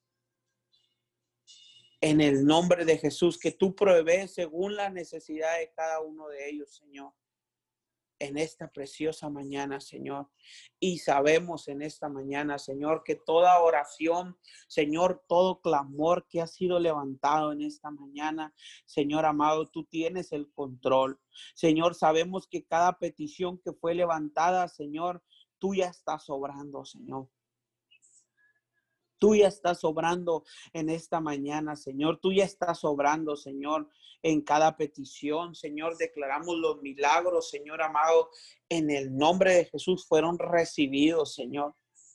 En el nombre de Jesús, que tú provees según la necesidad de cada uno de ellos, Señor. En esta preciosa mañana, Señor. Y sabemos en esta mañana, Señor, que toda oración, Señor, todo clamor que ha sido levantado en esta mañana, Señor amado, tú tienes el control. Señor, sabemos que cada petición que fue levantada, Señor, tú ya estás obrando, Señor. Tú ya estás obrando en esta mañana, Señor. Tú ya estás obrando, Señor, en cada petición. Señor, declaramos los milagros, Señor amado, en el nombre de Jesús fueron recibidos, Señor.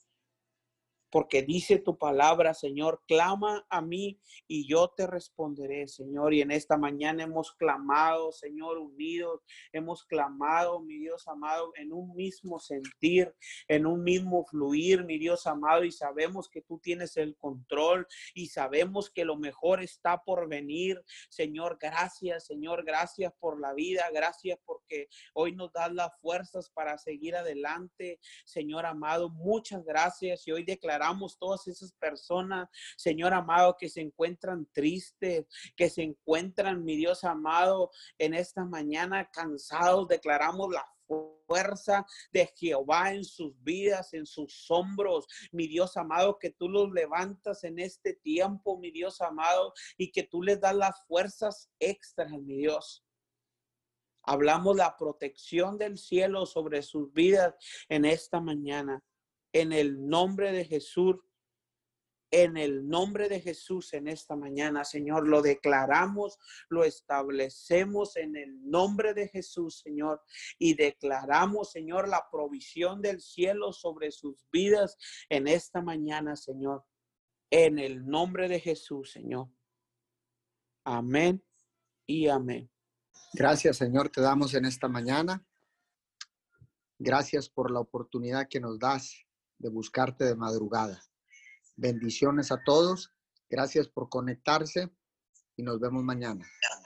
Porque dice tu palabra, Señor, clama a mí y yo te responderé, Señor. Y en esta mañana hemos clamado, Señor, unidos. Hemos clamado, mi Dios amado, en un mismo sentir, en un mismo fluir, mi Dios amado. Y sabemos que tú tienes el control y sabemos que lo mejor está por venir. Señor, gracias, Señor, gracias por la vida. Gracias porque hoy nos das las fuerzas para seguir adelante. Señor amado, muchas gracias. Y hoy declaramos todas esas personas, Señor amado, que se encuentran tristes, que se encuentran, mi Dios amado, en esta mañana cansados. Declaramos la fuerza de Jehová en sus vidas, en sus hombros, mi Dios amado, que tú los levantas en este tiempo, mi Dios amado, y que tú les das las fuerzas extras, mi Dios. Hablamos la protección del cielo sobre sus vidas en esta mañana. En el nombre de Jesús, en el nombre de Jesús en esta mañana, Señor, lo declaramos, lo establecemos en el nombre de Jesús, Señor, y declaramos, Señor, la provisión del cielo sobre sus vidas en esta mañana, Señor, en el nombre de Jesús, Señor. Amén y amén. Gracias, Señor, te damos en esta mañana. Gracias por la oportunidad que nos das de buscarte de madrugada. Bendiciones a todos. Gracias por conectarse y nos vemos mañana.